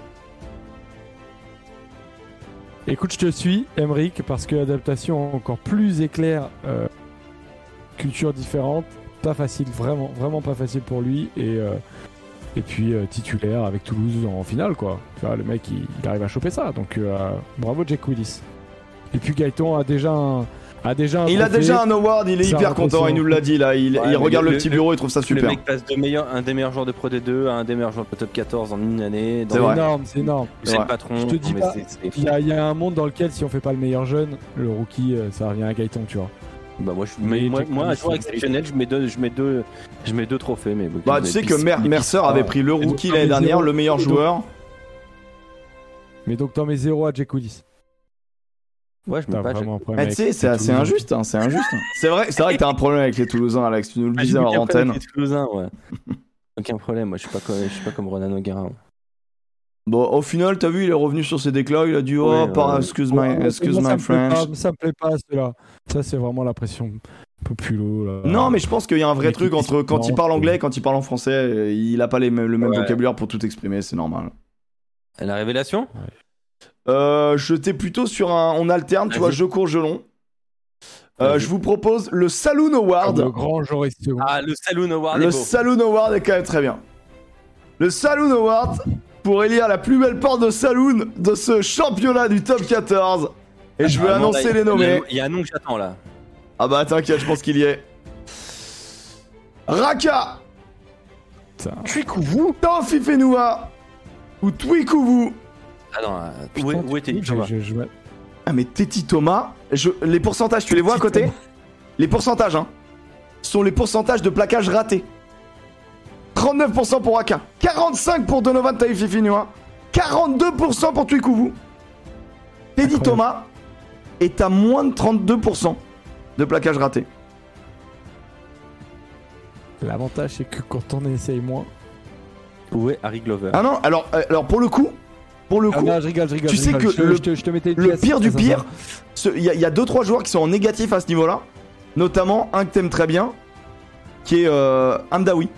Écoute, je te suis, Emric, parce que adaptation encore plus éclair, culture différente, pas facile, vraiment pas facile pour lui. Et puis titulaire avec Toulouse en finale, quoi. Tu vois, le mec, il arrive à choper ça. Donc bravo Jack Willis. Et puis Gaëtan a déjà un award, il est hyper content, il nous l'a dit là, il regarde le petit bureau, il trouve ça super. Le mec passe un des meilleurs joueurs de Pro D2 à un des meilleurs joueurs de top 14 en une année. C'est énorme. C'est le patron. Je te dis pas, il y a un monde dans lequel si on fait pas le meilleur jeune, le rookie, ça revient à Gaëtan, tu vois. Bah moi un joueur exceptionnel, je mets deux trophées. Mais bah tu sais que Mercer avait pris le rookie l'année dernière, le meilleur joueur. Mais donc t'en mets 0 à Jack Willis. Ouais, je mets pas. Mais tu sais, c'est assez injuste, hein, c'est injuste. C'est vrai que t'as un problème avec les Toulousains, Alex. Tu nous le disais en antenne. Les Toulousains, ouais. Aucun problème. Moi, je suis pas comme Ronan O'Gara. Bon, au final, t'as vu, il est revenu sur ses déclats. Il a dit excuse my French. Ça me plaît pas, celui-là. Ça, c'est vraiment la pression populo. Là. Non, mais je pense qu'il y a un vrai truc entre quand il parle anglais et quand il parle en français. Il a pas le même vocabulaire pour tout exprimer, c'est normal. La révélation. J'étais plutôt sur un... On alterne, tu vois, jeu court, jeu long. Je vous propose le Saloon Award. Le grand Joris Second. Ah, le Saloon Award. Le Saloon Award est quand même très bien. Le Saloon Award pour élire la plus belle porte de Saloon de ce championnat du top 14. Et je veux annoncer les nommés. Il y a un nom que j'attends là. Ah bah t'inquiète, je pense qu'il y est. Raka, Twikuvu, Taofifenua ou Twikuvu. Ah non, où était Thomas? Ah mais Teti Thomas, les pourcentages, tu les vois à côté? Les pourcentages, hein, sont les pourcentages de plaquage raté. 39% pour Raka, 45% pour Donovan Taofifenua, 42% pour Twikuvu. Teddy Thomas est à moins de 32% de plaquage raté. L'avantage, c'est que quand on essaye moins. Où est Harry Glover? Ah non, alors pour le coup, non, je rigole. Tu sais que je te mettais le pire du pire, il y a 2-3 joueurs qui sont en négatif à ce niveau-là, notamment un que t'aimes très bien, qui est Hamdaoui.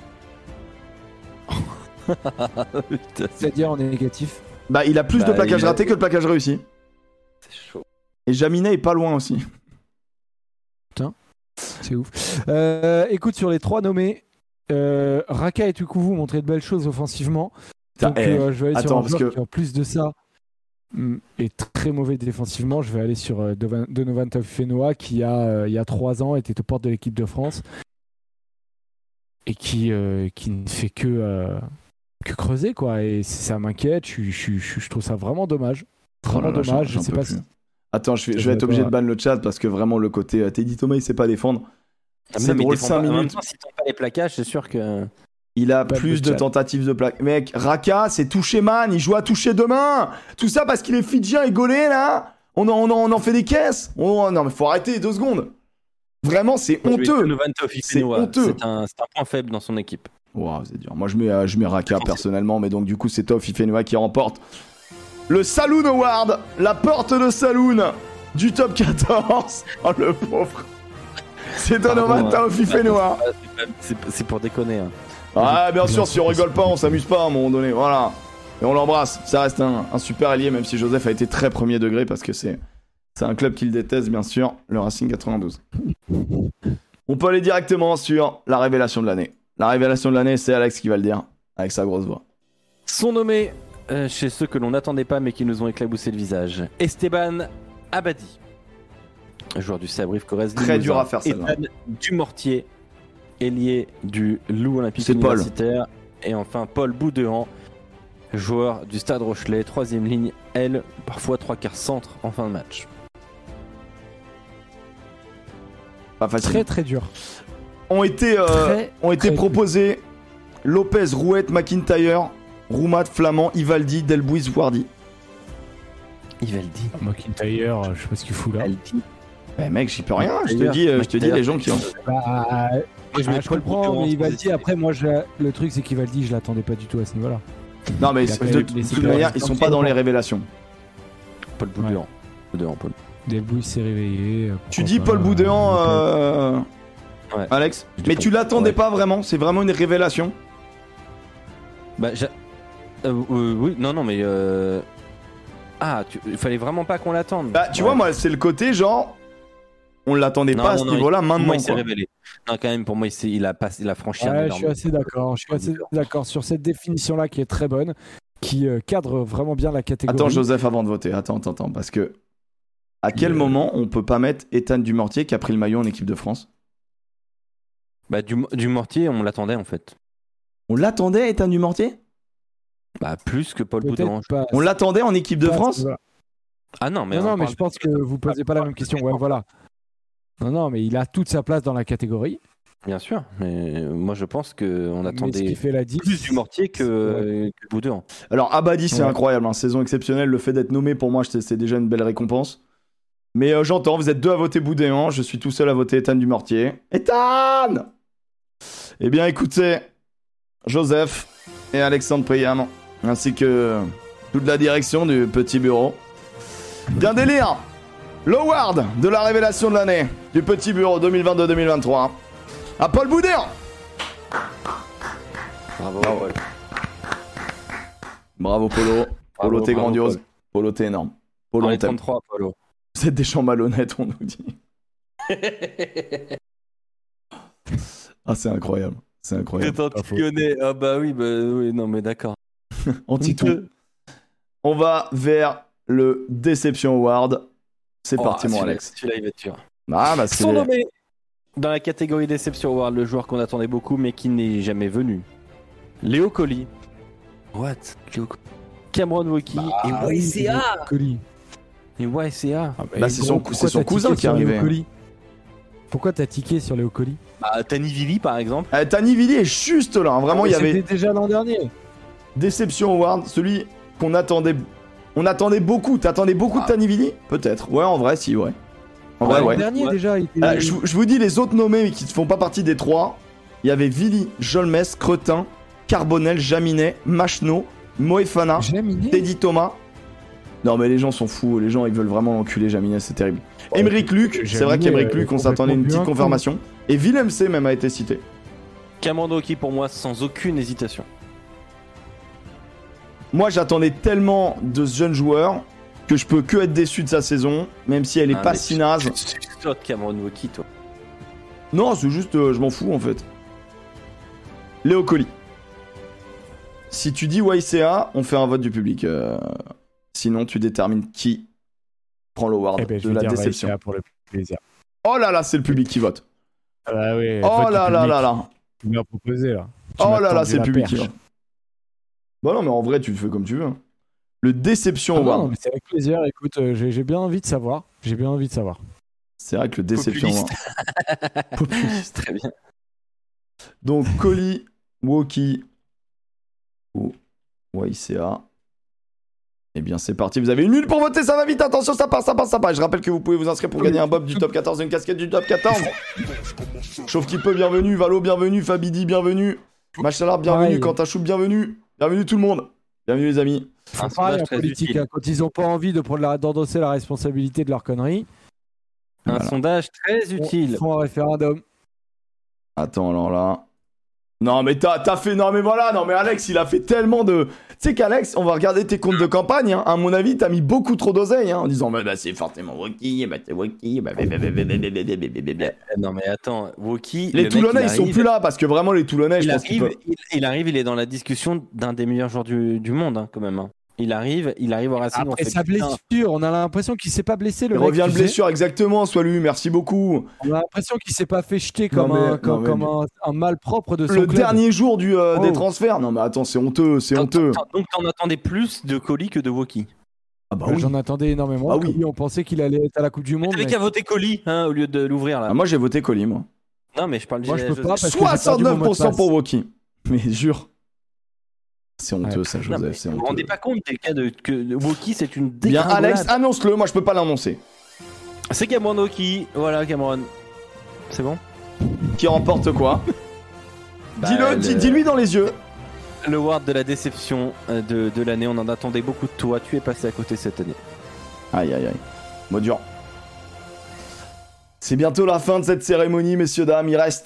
C'est-à-dire en négatif. Bah il a plus de plaquage raté que de plaquage réussi. C'est chaud. Et Jaminet est pas loin aussi. Putain, c'est ouf. Écoute, sur les 3 nommés, Raka et Twikuvu montraient de belles choses offensivement. Donc je vais aller sur un joueur qui en plus de ça est très mauvais défensivement. Je vais aller sur Donovan Taofifenua qui il y a 3 ans était aux portes de l'équipe de France et qui ne fait que creuser quoi. Et ça m'inquiète. Je trouve ça vraiment dommage. Vraiment dommage. Je sais pas si... Attends, je vais être obligé de ban le chat parce que vraiment le côté Teddy Thomas il sait pas défendre. C'est drôle 5 minutes. En même temps, si t'en pas les plaquages, c'est sûr que... Il a plus de tentatives de plaque. Mec, Raka, c'est toucher man, il joue à toucher demain. Tout ça parce qu'il est fidjien et gaulé là. On en fait des caisses. Non mais faut arrêter 2 secondes. Vraiment, c'est honteux. C'est honteux. C'est un point faible dans son équipe. Waouh, c'est dur. Moi, je mets Raka personnellement, mais donc du coup, c'est Taofifenua qui remporte le Saloon Award, la porte de Saloon du top 14. Oh le pauvre. C'est Donovan Taofifenua. C'est pour déconner. Hein. Ah bien sûr, si on rigole pas, on s'amuse pas à un moment donné, voilà. Et on l'embrasse, ça reste un super allié, même si Joseph a été très premier degré, parce que c'est un club qu'il déteste, bien sûr, le Racing 92. On peut aller directement sur la révélation de l'année. La révélation de l'année, c'est Alex qui va le dire, avec sa grosse voix. Sont nommés chez ceux que l'on n'attendait pas, mais qui nous ont éclaboussé le visage. Esteban Abadi, joueur du Sabrif Corrèze. Très dur à faire celle-là. Ethan Dumortier, ailier du Loup Olympique Universitaire. Et enfin Paul Boudéan, joueur du Stade Rochelet, 3ème ligne, aile, parfois 3/4 centre en fin de match. Pas facile. Très très dur. Ont été proposés Lopez, Rouette, McIntyre, Roumat, Flamand, Ivaldi, Delbouis, Wardy. Ivaldi. McIntyre, je sais pas ce qu'il fout là. Bah mec, j'y peux rien, je te dis les gens qui ont... Je comprends, mais Ivaldi, après moi, le truc c'est qu'Ivaldi, je l'attendais pas du tout à ce niveau-là. Non mais de toute manière, ils sont pas dans les révélations. Paul Boudéan. Paul. Delbouis s'est réveillé. Tu dis Paul Boudéan, ouais. Alex, mais tu l'attendais pas vraiment, c'est vraiment une révélation. Bah oui, non mais il fallait vraiment pas qu'on l'attende. Bah tu vois, moi c'est le côté genre on l'attendait pas à ce niveau-là maintenant. Moi, il s'est révélé. Non, quand même, pour moi, il a franchi un énorme... Je suis assez d'accord sur cette définition-là qui est très bonne, qui cadre vraiment bien la catégorie. Attends, Joseph, avant de voter, attends, parce que à quel moment on peut pas mettre Ethan Dumortier qui a pris le maillot en équipe de France? Bah, Dumortier, on l'attendait en fait. On l'attendait, Ethan Dumortier? Bah, plus que Paul Boudéan. On l'attendait en équipe de France? Ah non, mais je pense que vous posez pas la même question. Ouais, voilà. Non, mais il a toute sa place dans la catégorie. Bien sûr, mais moi je pense qu'on attendait plus Dumortier que Boudéan. Alors Abadi, c'est incroyable, hein, saison exceptionnelle. Le fait d'être nommé pour moi, c'est déjà une belle récompense. Mais j'entends, vous êtes 2 à voter Boudéan, je suis tout seul à voter Ethan Dumortier. Ethan! Eh bien écoutez, Joseph et Alexandre Priam, ainsi que toute la direction du petit bureau, bien délire! L'award de la révélation de l'année du petit bureau 2022-2023 à Paul Boudéan. Bravo. Bravo Polo. Polo, t'es grandiose. Polo, t'es énorme. Polo, On on est t'aime. 33, Polo. Vous êtes des champs malhonnêtes, on nous dit. Ah, c'est incroyable. C'est incroyable. C'est anti-lyonnais. Ah bah oui, non mais d'accord. Anti-tout. On va vers le Deception Award. C'est parti, mon Alex. Celui-là, il va être dur. Ah, bah, c'est... Sont nommés dans la catégorie Deception Award le joueur qu'on attendait beaucoup mais qui n'est jamais venu. Léo Colli. What? Cameron Wauquiez et YCA. Et YCA. Bah, c'est son cousin qui est arrivé. Pourquoi t'as tiqué sur Léo Colli? Bah, Tanivili par exemple. Tanivili est juste là. Hein. Vraiment, il y avait. C'était déjà l'an dernier. Deception Award, celui qu'on attendait. On attendait beaucoup. T'attendais beaucoup de Tanivili? Peut-être. Ouais, en vrai, si, ouais. En vrai, ouais. L'an dernier déjà. Je vous dis les autres nommés mais qui ne font pas partie des 3. Il y avait Vili, Jolmes, Cretin, Carbonel, Jaminet, Machno, Moefana, Teddy Thomas. Non mais les gens sont fous, les gens ils veulent vraiment l'enculer Jaminet, c'est terrible. Emeric Luc, c'est vrai qu'Emeric Luc on s'attendait une petite confirmation. Et Willem C même a été cité. Cameron Wauquiez pour moi sans aucune hésitation. Moi j'attendais tellement de ce jeune joueur que je peux que être déçu de sa saison, même si elle est pas si naze. Tu sautes Cameron Wauquiez toi. Non c'est juste je m'en fous en fait. Léo Colli. Si tu dis YCA, on fait un vote du public. Sinon, tu détermines qui prend l'award de la déception. Pour le plaisir. Oh là là, c'est le public qui vote. Ah oui, oh là là là là. Tu m'as proposé là. Oh là là, c'est le public qui vote. Bah non, mais en vrai, tu le fais comme tu veux. Le déception award. Non, mais c'est avec plaisir. Écoute, j'ai bien envie de savoir. C'est vrai que le déception award. Populiste. Très bien. Donc, Colli, Wauquiez ou YCA. Eh bien, c'est parti. Vous avez 1 minute pour voter. Ça va vite. Attention, ça passe. Je rappelle que vous pouvez vous inscrire pour gagner un bob du top 14 et une casquette du top 14. Chauffe qui peut, bienvenue. Valo, bienvenue. Fabidi, bienvenue. Machalar, bienvenue. Quentin Choup, bienvenue. Bienvenue tout le monde. Bienvenue les amis. C'est pareil en politique. Hein, quand ils n'ont pas envie d'endosser la responsabilité de leurs conneries. Un sondage très utile. Ils font un référendum. Attends, alors là. Non, mais t'as fait. Non, mais voilà. Non, mais Alex, il a fait tellement de. Tu sais qu'Alex, on va regarder tes comptes de campagne. Hein. À mon avis, t'as mis beaucoup trop d'oseille hein, en disant bah c'est forcément Wauquiez, c'est Wauquiez. Non, mais attends, Wauquiez. Les Toulonnais, ils sont plus là parce que vraiment, les Toulonnais, je pense qu'ils peuvent. Il arrive, il est dans la discussion d'un des meilleurs joueurs du monde, hein, quand même. Hein. Il arrive au Racing. Après sa blessure, on a l'impression qu'il s'est pas blessé. Il revient de blessure, exactement. Sois lui, merci beaucoup. On a l'impression qu'il s'est pas fait jeter comme un malpropre de son club. Le dernier jour des transferts. Non mais attends, c'est honteux, c'est honteux. Donc t'en attendais plus de Colli que de Wauquiez. Ah bah oui. J'en attendais énormément. Ah oui. On pensait qu'il allait être à la Coupe du Monde. T'avais qu'à voter Colli au lieu de l'ouvrir là. Ah, moi j'ai voté Colli moi. Non mais je parle. Moi je peux pas. 69% pour Wauquiez. Mais jure. C'est honteux ça, Joseph, c'est honteux. Vous vous rendez pas compte des cas que Wauquiez c'est une Bien, dégringolade. Alex, annonce-le, moi je peux pas l'annoncer. C'est Cameron Wauquiez, voilà Cameron. C'est bon. Qui remporte quoi? Dis-lui dans les yeux. Le Award de la déception de l'année, on en attendait beaucoup de toi, tu es passé à côté cette année. Aïe aïe aïe, mot dur. C'est bientôt la fin de cette cérémonie, messieurs, dames, il reste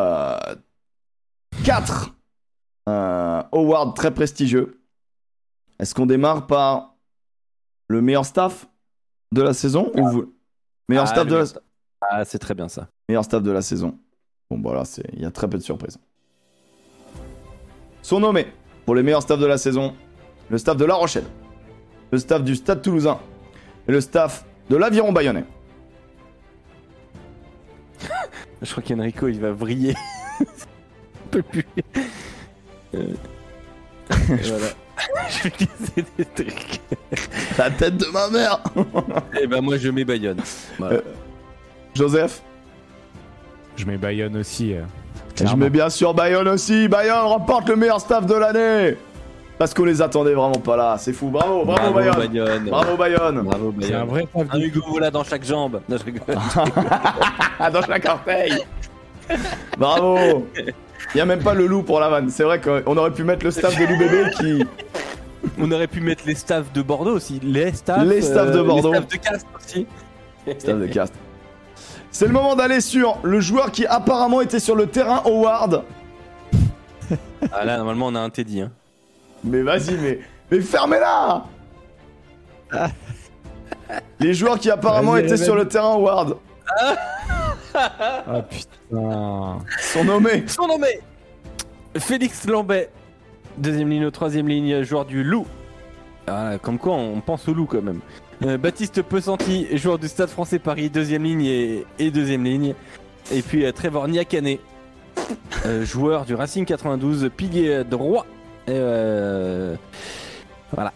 4 awards très prestigieux. Est-ce qu'on démarre par le meilleur staff de la saison ou vous... Meilleur staff de la... Ah, c'est très bien ça. Meilleur staff de la saison. Bon, voilà, il y a très peu de surprises. Sont nommés pour les meilleurs staffs de la saison le staff de La Rochelle, le staff du Stade Toulousain et le staff de l'Aviron Bayonnais. Je crois qu'Enrico il va vriller. On peut plus. Voilà. Je vais laisser des trucs. La tête de ma mère. Et ben moi je mets Bayonne. Voilà. Joseph. Je mets Bayonne aussi. Je mets bien sûr Bayonne aussi. Bayonne remporte le meilleur staff de l'année. Parce qu'on les attendait vraiment pas là. C'est fou. Bravo Bayonne. Bravo Bayonne. C'est un vrai un Hugo là dans chaque jambe. Non, je rigole. Dans chaque orteil. Bravo. Il y a même pas le loup pour la vanne. C'est vrai qu'on aurait pu mettre le staff de l'UBB qui... On aurait pu mettre les staffs de Bordeaux aussi. Les staffs de Bordeaux. Les staffs de Castres aussi. Staff de Castres. C'est le moment d'aller sur le joueur qui apparemment était sur le terrain Howard. Ah là, normalement, on a un Teddy. Hein. Mais vas-y, mais fermez-la. Les joueurs qui apparemment étaient sur le terrain, Ward. Ah putain. Sont nommés. Félix Lambet, deuxième ligne ou troisième ligne, joueur du Loup. Ah, comme quoi, on pense au Loup quand même. Baptiste Pessanti, joueur du Stade Français Paris, deuxième ligne et deuxième ligne. Et puis Trevor Niakane, joueur du Racing 92, pilier droit. Et voilà.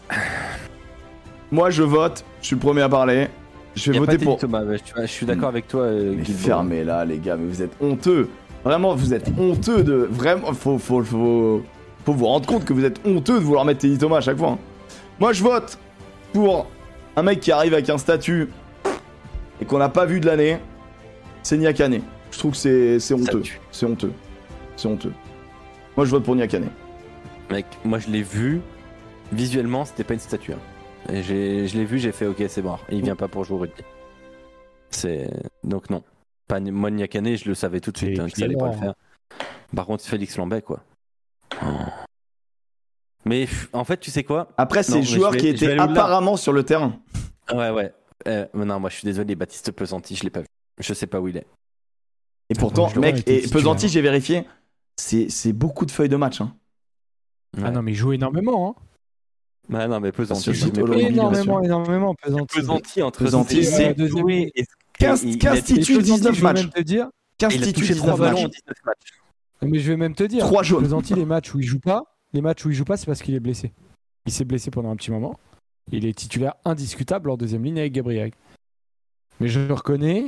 Moi, je vote. Je suis le premier à parler. Je vais voter pour. Thomas, je suis d'accord avec toi. Mais fermez là, les gars. Mais vous êtes honteux. Vraiment, vous êtes honteux de. Vraiment, faut vous rendre compte que vous êtes honteux de vouloir mettre Teddy Thomas à chaque fois. Hein. Moi, je vote pour un mec qui arrive avec un statut et qu'on n'a pas vu de l'année. C'est Niakane. Je trouve que c'est honteux. C'est honteux. C'est honteux. Moi, je vote pour Niakane. Mec, moi je l'ai vu. Visuellement, c'était pas une statue. Hein. Et je l'ai vu, j'ai fait ok, c'est mort. Il vient pas pour jouer au rugby. Donc non. Pas moi Niakane, je le savais tout de suite que ça allait pas le faire. Par contre, Félix Lambet, quoi. Oh. Mais en fait, tu sais quoi? Après, c'est le joueur qui était apparemment sur le terrain. Ouais. Non, moi je suis désolé, Baptiste Pessanti, je l'ai pas vu. Je sais pas où il est. Et pourtant, mec, et Pessanti, j'ai vérifié, c'est beaucoup de feuilles de match. Hein. Ouais. Ah non, mais il joue énormément. Hein. Bah non, mais Pessanti, énormément. Pessanti entre Pessanti, c'est 15 titus, 19 matchs. 15 titus, 19 matchs. Mais je vais même te dire, 3 jaunes. Pessanti, les matchs où il joue pas, c'est parce qu'il est blessé. Il s'est blessé pendant un petit moment. Il est titulaire indiscutable en deuxième ligne avec Gabriel. Mais je reconnais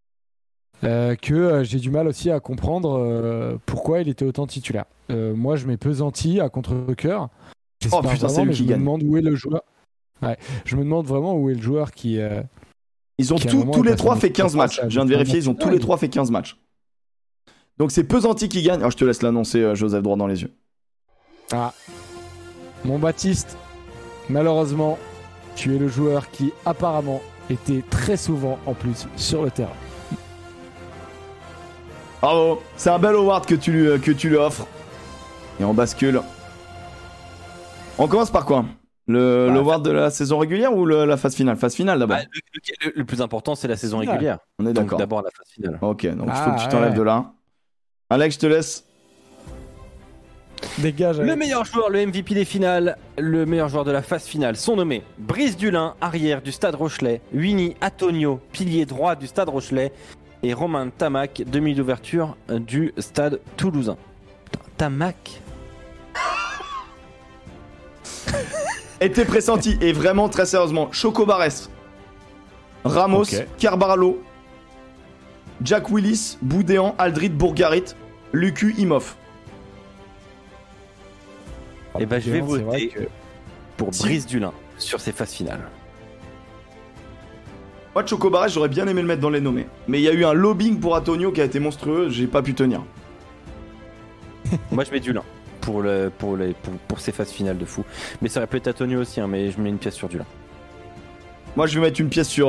que j'ai du mal aussi à comprendre pourquoi il était autant titulaire. Moi, je mets Pessanti à contre-cœur. Oh putain, c'est lui qui gagne. Je me demande où est le joueur. Ouais, je me demande vraiment où est le joueur qui. Ils ont tous les 3 fait 15 matchs. Je viens de vérifier, ils ont tous les 3 fait 15 matchs. Donc c'est Pessanti qui gagne. Alors je te laisse l'annoncer, Joseph, droit dans les yeux. Ah. Mon Baptiste, malheureusement, tu es le joueur qui apparemment était très souvent en plus sur le terrain. Bravo, c'est un bel award que tu lui offres. Et on bascule. On commence par quoi? Le award de la saison régulière ou la phase finale? Phase finale d'abord. Le plus important, c'est la saison régulière. On est d'accord. D'abord la phase finale. Ok, donc il faut que tu t'enlèves de là. Alex, je te laisse. Dégage. Le meilleur joueur, le MVP des finales, le meilleur joueur de la phase finale sont nommés Brice Dulin, arrière du Stade Rochelais, Winnie Antonio, pilier droit du Stade Rochelais, et Romain Tamac, demi d'ouverture du Stade Toulousain. Tamac. Était pressenti, et vraiment très sérieusement, Choco Barres, Ramos, Carbarlo, Jack Willis, Boudéan, Aldrit, Bourgarit, Lucu, Imhoff. Et bah je vais voter pour Brice Dulin sur ces phases finales. Moi, Choco Barres, j'aurais bien aimé le mettre dans les nommés. Mais il y a eu un lobbying pour Antonio qui a été monstrueux, j'ai pas pu tenir. Moi je mets Dulin pour ces phases finales de fou. Mais ça aurait pu être Antonio aussi, hein, mais je mets une pièce sur Dulin. Moi je vais mettre une pièce sur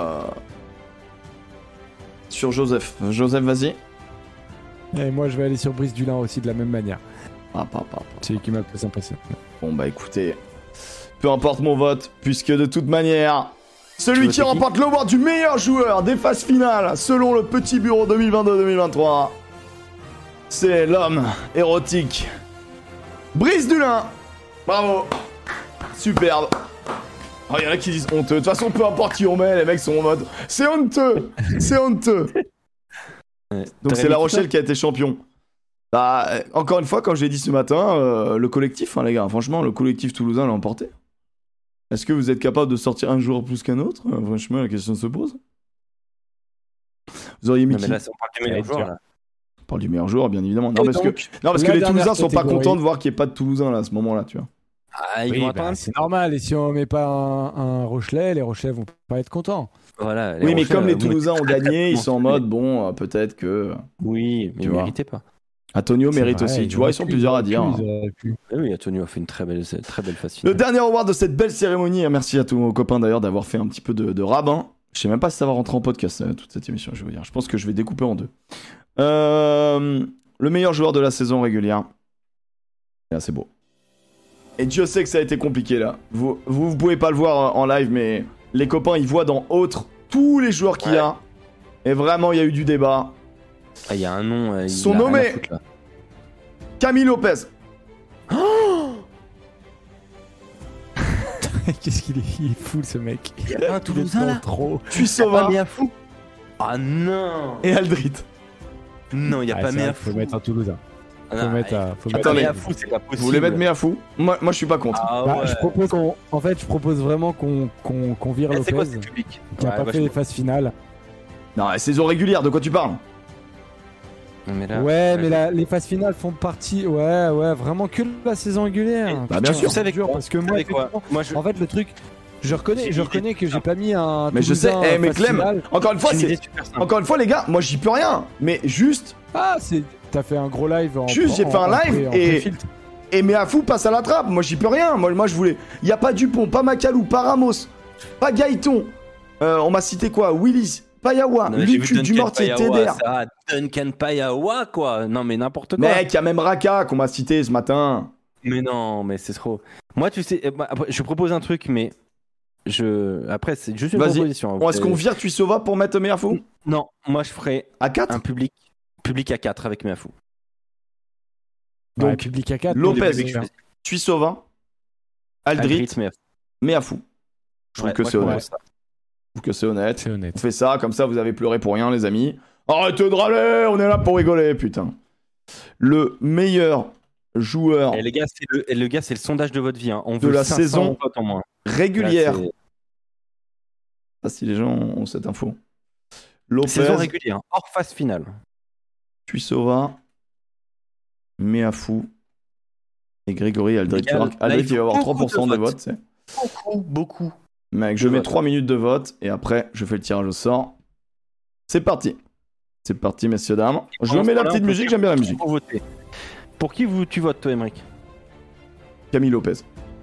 Joseph. Joseph, vas-y. Et moi je vais aller sur Brice Dulin aussi de la même manière. C'est lui qui m'a le plus impressionné. Bon bah écoutez, peu importe mon vote, puisque de toute manière, celui qui remporte l'award du meilleur joueur des phases finales, selon le petit bureau 2022-2023, c'est l'homme érotique, Brice Dulin. Bravo. Superbe. Oh, il y en a qui disent honteux. De toute façon, peu importe qui on met, les mecs sont en mode c'est honteux. C'est honteux. Donc c'est La Rochelle qui a été champion. Bah, encore une fois, comme j'ai dit ce matin, le collectif, hein, les gars, franchement, le collectif toulousain l'a emporté. Est-ce que vous êtes capable de sortir un joueur plus qu'un autre? Franchement, la question se pose. Vous auriez mis qui? Mais là, on parle du meilleur joueur. Là. On parle du meilleur joueur, bien évidemment. Non, parce que les Toulousains sont pas contents de voir qu'il n'y ait pas de Toulousains là, à ce moment-là, tu vois. Ah, ils vont attendre. C'est normal, et si on met pas un Rochelais, les Rochelais vont pas être contents. Voilà, oui, mais comme les Toulousains ont gagné, ils sont en mode, bon, peut-être que... Oui, mais ils ne méritaient pas. Antonio mérite aussi, tu vois, ils sont plusieurs à dire. Oui, Antonio a fait une très belle phase finale. Le dernier award de cette belle cérémonie, merci à tous nos copains d'ailleurs d'avoir fait un petit peu de rabbin. Je sais même pas si ça va rentrer en podcast toute cette émission, je vais vous dire. Je pense que je vais découper en deux. Le meilleur joueur de la saison régulière. Et là, c'est beau. Et Dieu sait que ça a été compliqué là. Vous pouvez pas le voir en live, mais les copains ils voient dans autres tous les joueurs qu'il y a. Et vraiment, il y a eu du débat. Ah, il y a un nom. Sont nommés Camille Lopez. Qu'est-ce qu'il est fou ce mec. Il y a un Toulousain là. Trop. Tuisova. Fou. Ah non. Et Aldrit. Non, il n'y a pas Méafou. Faut mettre un Toulousain. Attendez, Méafou, c'est pas possible. Vous voulez mettre Méafou? Moi, je suis pas contre. Ah, Bah, ouais. je propose vraiment qu'on vire Lopez. C'est quoi, c'est public? Qui a pas fait les phases finales. Non, saison régulière, de quoi tu parles? Mais là, mais les phases finales font partie. Ouais, vraiment que la saison régulière. Bah, bien sûr. Tu sais avec quoi? Parce que moi, en fait, le truc. Je reconnais que j'ai pas mis un. Mais je sais, mais Clem, finale. encore une fois, les gars, moi j'y peux rien. Mais juste. Ah, t'as fait un gros live en. Juste, j'ai fait un live et Méafou passe à la trappe. Moi j'y peux rien. Moi je voulais. Y a pas Dupont, pas Macalou, pas Ramos, pas Gaëton. On m'a cité quoi? Willis, Payawa, Lucu, Dumortier, TDR. Duncan Payawa, quoi. Non, mais n'importe quoi. Mec, y a même Raka qu'on m'a cité ce matin. Mais non, mais c'est trop. Moi, tu sais, je propose un truc, mais. Après, c'est juste une proposition. Est-ce qu'on vire Tuisova pour mettre Méafou? Non, moi je ferais à 4 un public à 4 avec Méafou. Donc, public à 4. Lopez, Tuisova, Aldrit, Méafou. Je trouve que c'est honnête. Je trouve que c'est honnête. On fait ça, comme ça vous avez pleuré pour rien, les amis. Arrêtez de râler, on est là pour rigoler, putain. Le meilleur joueur. Et les gars, c'est le sondage de votre vie. Hein. On de veut la saison en moins. Régulière. Là, pas si les gens ont cette info. Lopez. Saison régulière, hors phase finale. Tuisova, Méafou et Grégory Aldrit. Aldrit, il va avoir 3% des votes. C'est Beaucoup. Mec, je mets 3 minutes de vote et après, je fais le tirage au sort. C'est parti. C'est parti, messieurs, dames. Je mets la petite musique, j'aime bien la musique. Pour qui tu votes, toi, Emmerich? Camille Lopez.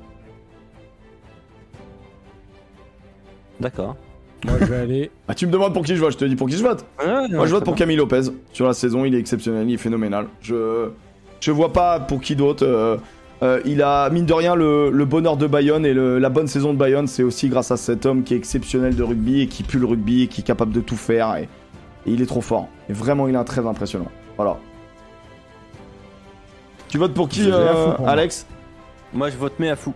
D'accord. Moi, je vais aller. Ah, tu me demandes pour qui je vote, je te dis pour qui je vote. Moi, je vote pour Camille Lopez. Sur la saison, il est exceptionnel, il est phénoménal. Je vois pas pour qui d'autre. Il a, mine de rien, le bonheur de Bayonne et la bonne saison de Bayonne, c'est aussi grâce à cet homme qui est exceptionnel de rugby et qui pue le rugby et qui est capable de tout faire. Et il est trop fort. Et vraiment, il est très impressionnant. Voilà. Tu votes pour qui, Alex? Moi, je vote Méafou.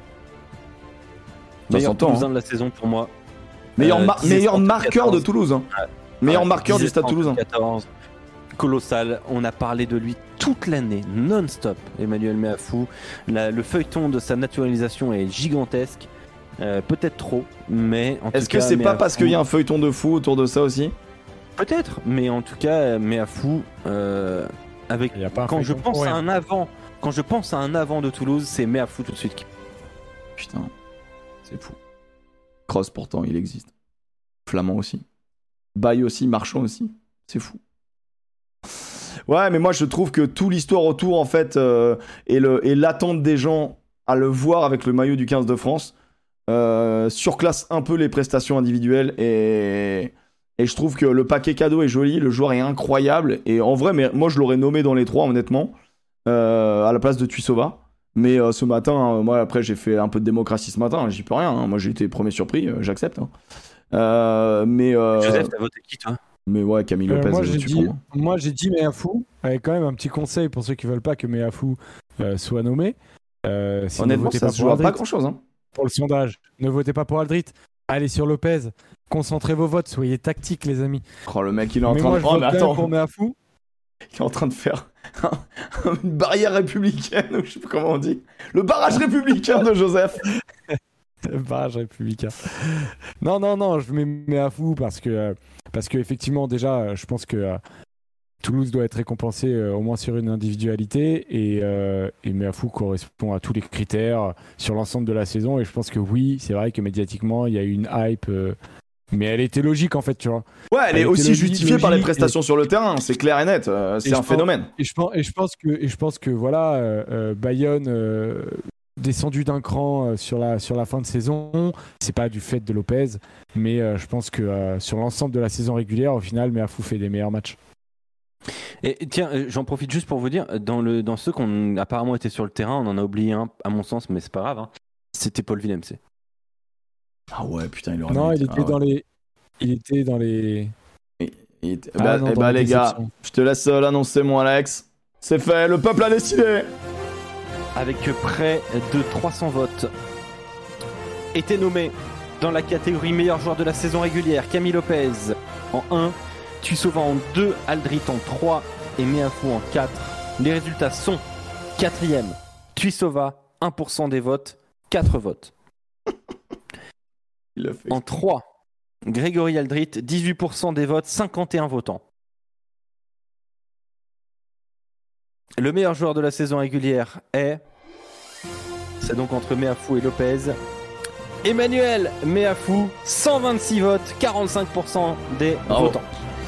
Meilleur Toulousain de la saison pour moi. Meilleur marqueur de Toulouse. Hein. Ouais. Meilleur marqueur du Stade Toulousain. 14. Colossal. On a parlé de lui toute l'année, non-stop. Emmanuel Méafou. Le feuilleton de sa naturalisation est gigantesque. Peut-être trop, mais en tout cas. Est-ce que c'est pas parce qu'il y a un feuilleton de fou autour de ça aussi? Peut-être, mais en tout cas, Méafou. Quand je pense à un avant de Toulouse, c'est Méafou tout de suite. Putain, c'est fou. Cross pourtant, il existe. Flamand aussi. Baye aussi, Marchand aussi. C'est fou. Ouais, mais moi je trouve que toute l'histoire autour, en fait, et l'attente des gens à le voir avec le maillot du 15 de France surclasse un peu les prestations individuelles et je trouve que le paquet cadeau est joli, le joueur est incroyable et en vrai, mais moi je l'aurais nommé dans les 3 honnêtement, à la place de Tuisova. Mais ce matin, moi après j'ai fait un peu de démocratie ce matin, j'y peux rien, hein. Moi j'ai été premier surpris, j'accepte. Hein. Joseph, t'as voté qui toi? Mais ouais, Camille Lopez, moi j'ai dit Méafou, avec quand même un petit conseil pour ceux qui veulent pas que Méafou soit nommé. Honnêtement, ça se joue à pas grand chose. Hein. Pour le sondage, ne votez pas pour Aldrit, allez sur Lopez, concentrez vos votes, soyez tactiques les amis. Oh le mec il est en train de prendre, attends. Pour Méafou. Il est en train de faire une barrière républicaine, ou je sais pas comment on dit. Le barrage républicain de Joseph. Barrage républicain. Non, je mets Méafou parce que effectivement déjà, je pense que Toulouse doit être récompensé au moins sur une individualité et Méafou correspond à tous les critères sur l'ensemble de la saison et je pense que oui, c'est vrai que médiatiquement il y a eu une hype. Mais elle était logique en fait, tu vois. Ouais, elle est aussi justifiée par les prestations sur le terrain, c'est clair et net, c'est un phénomène. Et je pense que voilà, Bayonne descendu d'un cran sur la fin de saison, c'est pas du fait de Lopez, mais je pense que sur l'ensemble de la saison régulière, au final, Méafou fait des meilleurs matchs. Et tiens, j'en profite juste pour vous dire, dans ceux qu'on apparemment étaient sur le terrain, on en a oublié un, à mon sens, mais c'est pas grave. Hein. C'était Paul Villemc. Ah ouais, putain, il aurait Non, mérité. il était dans les. Il était dans les. Les gars, je te laisse l'annoncer, mon Alex. C'est fait, le peuple a décidé. Avec près de 300 votes, était nommé dans la catégorie meilleur joueur de la saison régulière Camille Lopez en 1, Tuisova en 2, Aldrit en 3 et Meafou en 4. Les résultats sont 4e, Tuisova, 1% des votes, 4 votes. Il a fait. En 3, Grégory Aldrit, 18% des votes, 51 votants. Le meilleur joueur de la saison régulière c'est donc entre Meafou et Lopez, Emmanuel Meafou, 126 votes, 45% des votants.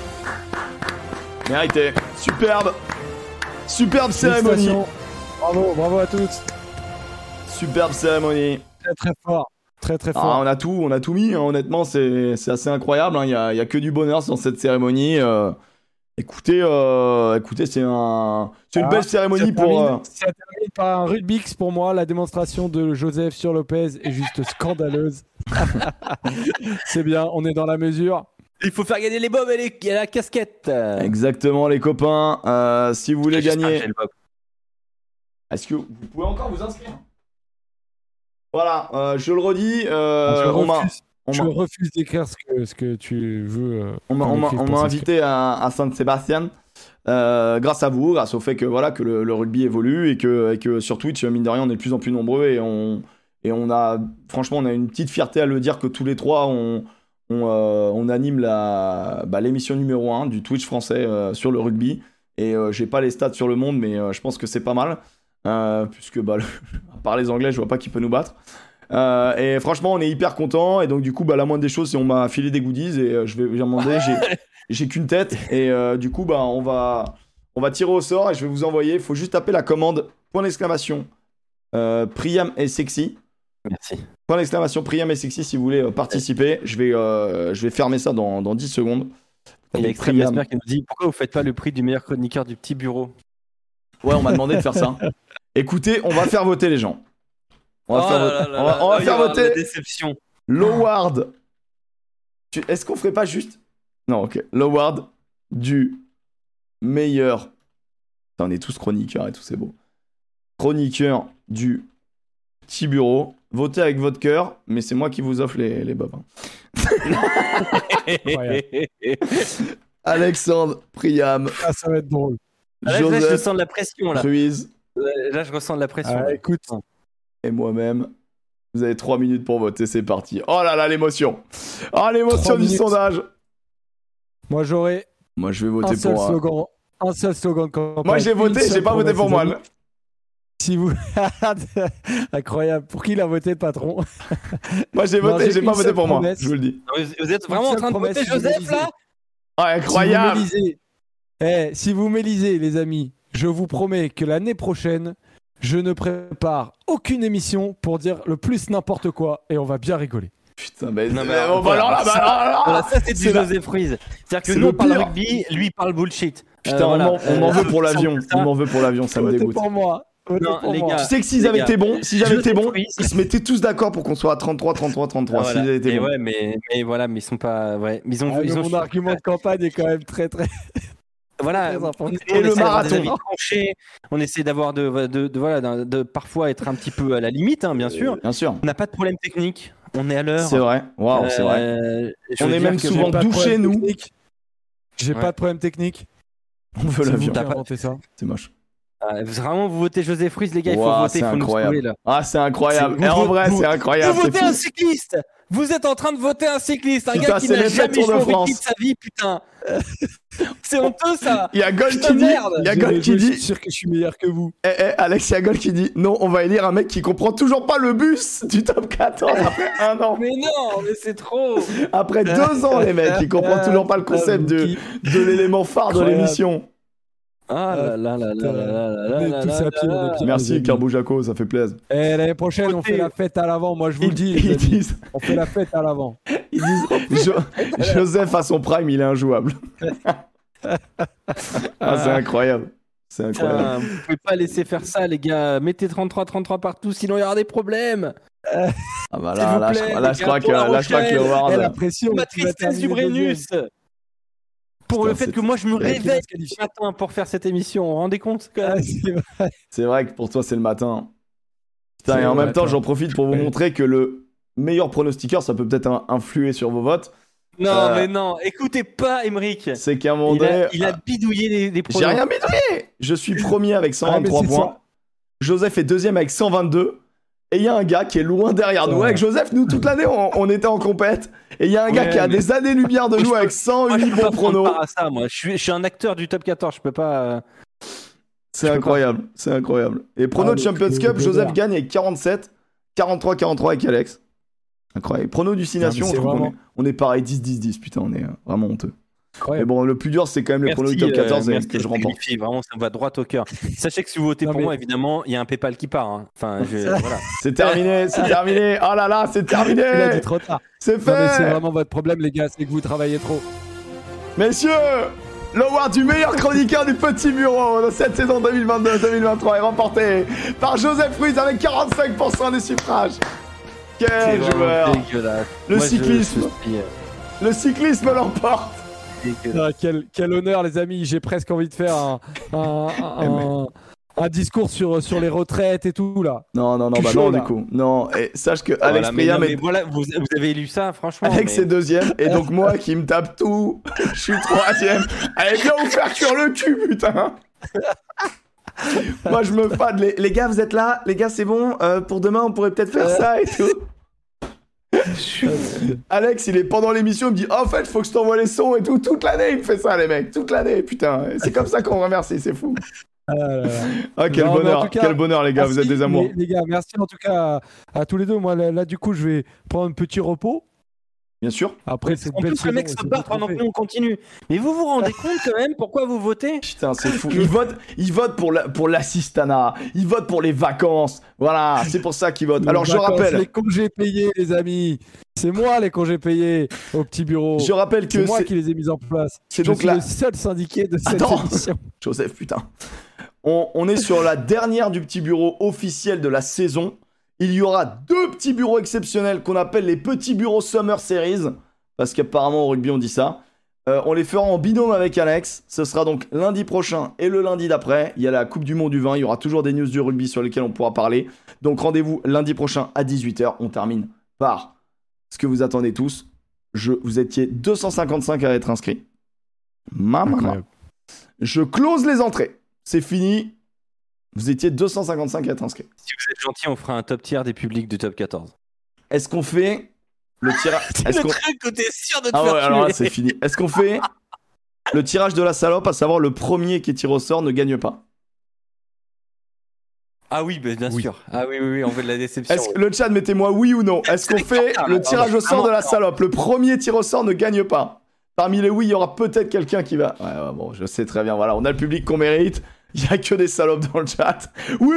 Mérité. Superbe cérémonie. Bravo à tous. Superbe cérémonie. Très fort. Très fort. Ah, on a tout mis, hein. Honnêtement, c'est assez incroyable. Hein. Il y a que du bonheur dans cette cérémonie. Écoutez, c'est une belle cérémonie pour. Ça termine par un Rubix pour moi. La démonstration de Joseph sur Lopez est juste scandaleuse. C'est bien, on est dans la mesure. Il faut faire gagner les bobs et la casquette. Exactement, les copains. Si vous voulez gagner. Est-ce que vous pouvez encore vous inscrire? Voilà, je le redis. Je refuse d'écrire ce que tu veux. On m'a invité à Saint-Sébastien grâce à vous, grâce au fait que le rugby évolue et que sur Twitch, mine de rien, on est de plus en plus nombreux et on a une petite fierté à le dire que tous les trois on anime l'émission numéro 1 du Twitch français sur le rugby. Et j'ai pas les stats sur le monde, mais je pense que c'est pas mal. Puisque à part les Anglais, je vois pas qui peut nous battre. Et franchement, on est hyper content. Et donc, du coup, la moindre des choses, c'est on m'a filé des goodies et je vais demander. J'ai qu'une tête. Et du coup, on va tirer au sort et je vais vous envoyer. Il faut juste taper la commande Priam et sexy. Merci. Priam et sexy si vous voulez participer. Je vais fermer ça dans 10 secondes. Il y a Extreme Jasper qui nous dit pourquoi vous faites pas le prix du meilleur chroniqueur du petit bureau? Ouais, on m'a demandé de faire ça. Écoutez, on va faire voter les gens. On va faire voter. La déception. L'award. Est-ce qu'on ferait pas juste. Non, ok. L'award du meilleur. On est tous chroniqueurs et tout, c'est beau. Chroniqueur du petit bureau. Votez avec votre cœur, mais c'est moi qui vous offre les bobs. Alexandre Priam. Ah, ça va être drôle. Joseph, là, je ressens de la pression. Là, je ressens de la pression. Écoute. Et moi-même. Vous avez 3 minutes pour voter, c'est parti. Oh là là, l'émotion. Oh, l'émotion du sondage. Moi, je vais voter pour un seul slogan de campagne. Moi, j'ai voté, j'ai pas voté pour moi. Si vous... Incroyable. Pour qui il a voté, le patron? Moi, j'ai voté, j'ai pas voté pour moi. Je vous le dis. Vous êtes vraiment en train de voter Joseph, là? Oh, incroyable. Si vous m'élisez, les amis, je vous promets que l'année prochaine, je ne prépare aucune émission pour dire le plus n'importe quoi et on va bien rigoler. Putain, mais ça c'est du Joseph Ruiz. C'est-à-dire que nous on parle rugby, lui il parle bullshit. Putain, on m'en veut pour l'avion. On m'en veut pour l'avion, ça me dégoûte. Pour moi. Non, les gars, tu sais que si j'avais été bon, ils se mettaient tous d'accord pour qu'on soit à 33. Voilà. S'ils avaient été bons. Ouais, mais ils sont pas. Ouais, mon argument de campagne est quand même très. Voilà, et le marathon. On essaie d'avoir de parfois être un petit peu à la limite, hein, bien sûr. Bien sûr. On n'a pas de problème technique. On est à l'heure. C'est vrai. Waouh, c'est vrai. On est même souvent douchés, nous. J'ai pas de problème technique. On veut l'avion. C'est moche. Vraiment, vous votez Joseph Ruiz, les gars, il faut voter, il faut nous trouver là. Ah, c'est incroyable. En vrai, c'est incroyable. Vous votez un cycliste. Vous êtes en train de voter un cycliste, un gars qui n'a jamais joué au rugby de sa vie, putain. C'est honteux, ça. Il y a Gol qui dit. Je suis sûr que je suis meilleur que vous. Alex, il y a Gol qui dit non, on va élire un mec qui comprend toujours pas le bus du top 14 après 1 an. Mais non, mais c'est trop. Après 2 ans, les mecs, il comprend toujours pas le concept de l'élément phare de l'émission. Ah là. Merci Carbo Jaco, ça fait plaisir. Et l'année prochaine, on fait la fête à l'avant. Moi, je vous le dis. On fait la fête à l'avant. Ils disent Joseph à son prime, il est injouable. Ah, c'est incroyable. C'est incroyable. Vous pouvez pas laisser faire ça, les gars. Mettez 33-33 partout, sinon il y aura des problèmes. Ah bah là, je crois que le Howard... la pression. Ma tristesse du Brennus. Pour le fait que moi je me réveille ce matin pour faire cette émission, vous vous rendez compte? C'est vrai que pour toi c'est le matin. Putain, et en même temps, j'en profite pour vous montrer que le meilleur pronostiqueur, ça peut peut-être influer sur vos votes. Non, mais non, écoutez pas, Emeric. C'est qu'à un moment donné. Il a bidouillé les pronos. J'ai rien bidouillé. Je suis premier avec 123 points. Joseph est deuxième avec 122. Et il y a un gars qui est loin derrière nous. Avec Joseph, nous, toute l'année, on était en compète. Et il y a un gars qui a des années-lumière de nous avec 108 bons pronos. Je suis un acteur du top 14, je peux pas. C'est incroyable, c'est incroyable. Et prono de Champions Cup, Joseph gagne avec 47, 43-43 avec Alex. Incroyable. Prono du 6 Nations, on est pareil, 10-10-10, putain, on est vraiment honteux. Mais bon, le plus dur, c'est quand même le prono du top 14 que je remporte. Vraiment, ça me va droit au cœur. Sachez que si vous votez pour moi, évidemment, il y a un PayPal qui part. Hein. Enfin, voilà. C'est terminé, c'est terminé. Oh là là, c'est terminé. Il a dit trop tard. C'est fait. Non, mais c'est vraiment votre problème, les gars, c'est que vous travaillez trop. Messieurs, l'award du meilleur chroniqueur du petit bureau de cette saison 2022-2023 est remporté par Joseph Ruiz avec 45% des suffrages. Quel joueur. Le cyclisme. Le cyclisme l'emporte. Ah, quel honneur, les amis. J'ai presque envie de faire un discours sur les retraites et tout là. Non, bah non, du coup. Non, et sache que Alex Priam mais voilà, vous avez lu ça, franchement. Alex est deuxième, et donc moi qui me tape tout, je suis troisième. Allez, viens vous faire cuire le cul, putain. Moi, je me fade. Les gars, vous êtes là? Les gars, c'est bon? Pour demain, on pourrait peut-être faire ça et tout. Alex, il est pendant l'émission, il me dit oh, en fait, faut que je t'envoie les sons et tout. Toute l'année, il me fait ça, les mecs. Toute l'année, putain. C'est comme ça qu'on remercie, c'est fou. Ah, quel bonheur, quel bonheur, les gars, merci, vous êtes des amours. Les gars, merci en tout cas à tous les deux. Moi, là, du coup, je vais prendre un petit repos. Bien sûr. Après, c'est en plus, le mec se bat pendant que nous on continue. Mais vous vous rendez compte quand même pourquoi vous votez? Putain, c'est fou. Ils votent pour l'assistanat. Ils votent pour les vacances. Voilà, c'est pour ça qu'ils votent. Alors, je rappelle. Les congés payés, les amis. C'est moi les congés payés au petit bureau. Je rappelle que c'est moi qui les ai mis en place. C'est donc le seul syndiqué de cette émission. Joseph, putain. On est sur la dernière du petit bureau officiel de la saison. Il y aura 2 petits bureaux exceptionnels qu'on appelle les petits bureaux Summer Series. Parce qu'apparemment au rugby on dit ça. On les fera en binôme avec Alex. Ce sera donc lundi prochain et le lundi d'après. Il y a la Coupe du Monde du vin. Il y aura toujours des news du rugby sur lesquelles on pourra parler. Donc rendez-vous lundi prochain à 18h. On termine par ce que vous attendez tous. Vous étiez 255 à être inscrits. Maman. Je close les entrées. C'est fini. Vous étiez 255 à être inscrits. Si vous êtes gentil, on fera un top tier des publics du top 14. Est-ce qu'on fait le tirage? C'est le truc que t'es sûr de te faire tuer. Alors là, c'est fini. Est-ce qu'on fait le tirage de la salope, à savoir le premier qui est tiré au sort ne gagne pas? Ah oui, bien sûr. Ah oui, on veut de la déception. Le chat, mettez-moi oui ou non. Est-ce qu'on fait le tirage au sort de la salope? Le premier tir au sort ne gagne pas. Parmi les oui, il y aura peut-être quelqu'un qui va... Ouais, bon, je sais très bien. Voilà, on a le public qu'on mérite. Il y a que des salopes dans le chat. Oui.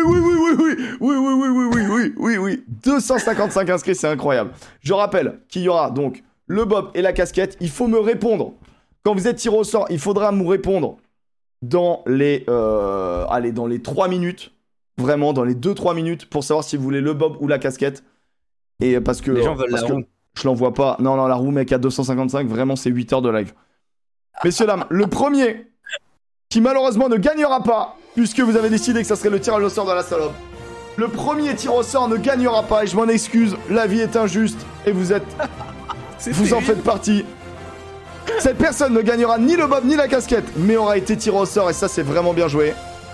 255 inscrits, c'est incroyable. Je rappelle qu'il y aura donc le bob et la casquette. Il faut me répondre. Quand vous êtes tiré au sort, il faudra me répondre dans les 3 minutes. Vraiment, dans les 2-3 minutes pour savoir si vous voulez le bob ou la casquette. Et parce que... Les gens veulent la roue. Je l'envoie pas. Non, la roue, mec, à 255. Vraiment, c'est 8 heures de live. Messieurs, dames, le premier... qui malheureusement ne gagnera pas, puisque vous avez décidé que ça serait le tirage au sort de la salope. Le premier tir au sort ne gagnera pas, et je m'en excuse, la vie est injuste, et vous en faites partie. Cette personne ne gagnera ni le bob ni la casquette, mais aura été tiré au sort, et ça c'est vraiment bien joué.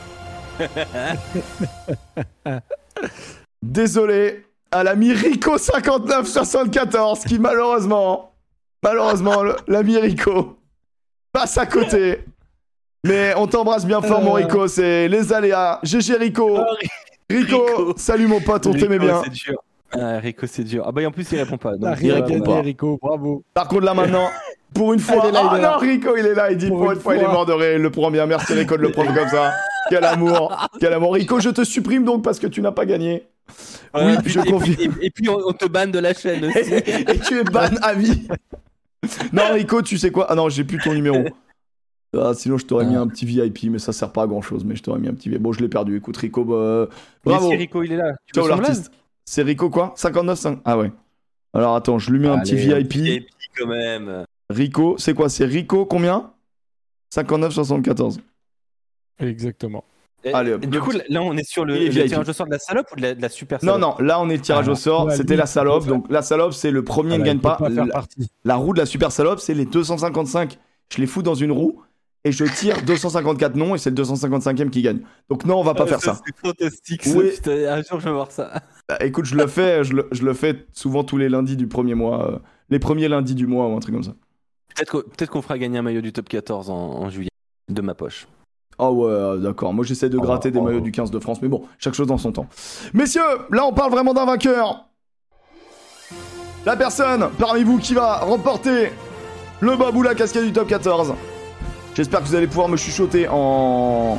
Désolé à l'ami Rico5974, qui malheureusement, l'ami Rico passe à côté. Mais on t'embrasse bien fort, mon Rico, c'est les aléas. GG Rico. Rico, salut mon pote, on t'aimait bien. C'est dur. Rico, c'est dur. Ah bah, en plus, il répond pas. Donc il répond pas. Rico, bravo. Par contre, là maintenant, pour une fois. Oh non, Rico, il est là, il dit pour une fois, il est mort de rire, le premier. Merci Rico de le prendre comme ça. Quel amour. Rico, je te supprime donc parce que tu n'as pas gagné. Oui, je confirme. Et puis, on te banne de la chaîne aussi. Et tu es ban à vie. Non, Rico, tu sais quoi? Ah non, j'ai plus ton numéro. Ah, sinon, je t'aurais mis un petit VIP, mais ça sert pas à grand chose. Mais je t'aurais mis un petit VIP. Bon, je l'ai perdu. Écoute, Rico, bravo. Mais si Rico, il est là. Ciao, l'artiste. C'est Rico, quoi 59,5. Ah ouais. Alors, attends, je lui mets un petit VIP. VIP quand même. Rico, c'est quoi? C'est Rico, combien 59,74. Exactement. Allez, du coup, là, on est sur le tirage au sort de la salope ou de la super salope? Non, là, on est le tirage au sort. C'était la salope. Donc, la salope, c'est le premier ne gagne pas. La roue de la super salope, c'est les 255. Je les fous dans une roue et je tire 254 noms et c'est le 255e qui gagne. Donc, non, on va pas faire ça. C'est fantastique. Oui. Un jour, je vais voir ça. Bah, écoute, je le fais souvent tous les lundis du premier mois. Les premiers lundis du mois ou un truc comme ça. Peut-être qu'on fera gagner un maillot du top 14 en juillet de ma poche. Ah ouais, d'accord. Moi, j'essaie de gratter des maillots du 15 de France. Mais bon, chaque chose dans son temps. Messieurs, là, on parle vraiment d'un vainqueur. La personne parmi vous qui va remporter le bob ou la casquette du top 14. J'espère que vous allez pouvoir me chuchoter en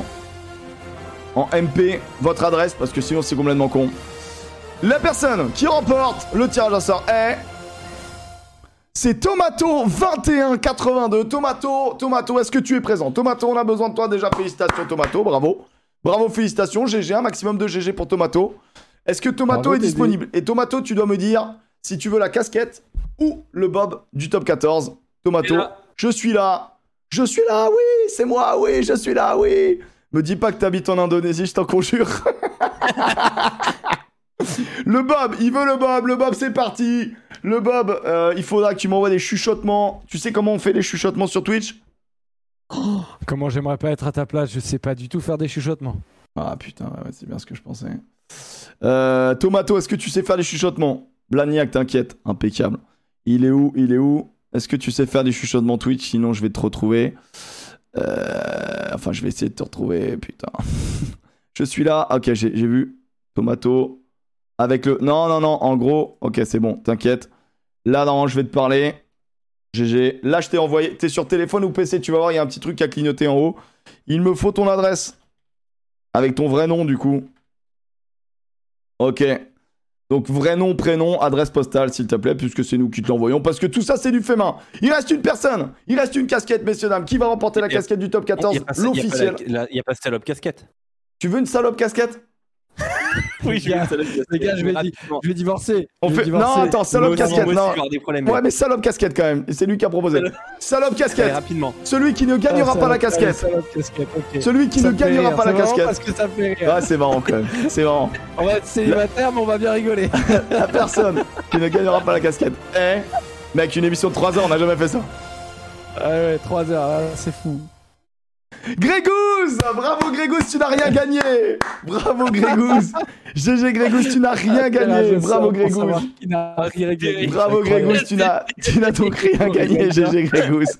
MP votre adresse, parce que sinon, c'est complètement con. La personne qui remporte le tirage au sort est... C'est Tomato2182. Tomato, est-ce que tu es présent? Tomato, on a besoin de toi déjà. Félicitations, Tomato, bravo. Bravo, félicitations. GG, un maximum de GG pour Tomato. Est-ce que Tomato est disponible? Et Tomato, tu dois me dire si tu veux la casquette ou le bob du top 14. Tomato, je suis là. Je suis là, oui, c'est moi, oui, je suis là, oui. Me dis pas que t'habites en Indonésie, je t'en conjure. Le bob, il veut le bob, c'est parti. Le bob, il faudra que tu m'envoies des chuchotements. Tu sais comment on fait les chuchotements sur Twitch? Comment j'aimerais pas être à ta place, je sais pas du tout faire des chuchotements. Ah putain, ouais, c'est bien ce que je pensais. Tomato, est-ce que tu sais faire des chuchotements? Blagnac, t'inquiète, impeccable. Il est où? Est-ce que tu sais faire des chuchotements Twitch? Sinon, je vais te retrouver. Enfin, je vais essayer de te retrouver, putain. Je suis là. Ok, j'ai vu. Tomato. Avec le... Non, en gros... Ok, c'est bon, t'inquiète. Là, non, je vais te parler. GG. Là, je t'ai envoyé... T'es sur téléphone ou PC? Tu vas voir, il y a un petit truc à clignoter en haut. Il me faut ton adresse. Avec ton vrai nom, du coup. Ok. Donc, vrai nom, prénom, adresse postale, s'il te plaît, puisque c'est nous qui te l'envoyons. Parce que tout ça, c'est du fait main. Il reste une personne. Il reste une casquette, messieurs, dames. Qui va remporter la casquette du top 14? L'officiel. Il n'y a pas salope casquette. Tu veux une salope casquette? Oui, les gars, je vais divorcer. Non, attends, salope casquette. Non. Ouais, mais salope casquette quand même. Et c'est lui qui a proposé. Salope casquette. Rapidement. Celui qui ne gagnera pas la casquette. Celui qui ne gagnera pas la casquette. Parce que ça fait rire. Ouais, c'est marrant quand même. C'est marrant. On va être célibataire, mais on va bien rigoler. La personne qui ne gagnera pas la casquette. Mec, une émission de 3 heures, on n'a jamais fait ça. Ah ouais, 3 heures, c'est fou. Grégouze! Bravo Grégouze, tu n'as rien gagné! Bravo Grégouze! GG Grégouze, tu n'as rien gagné! Bravo Grégouze! Bravo Grégouze, tu n'as donc rien gagné, GG Grégouze!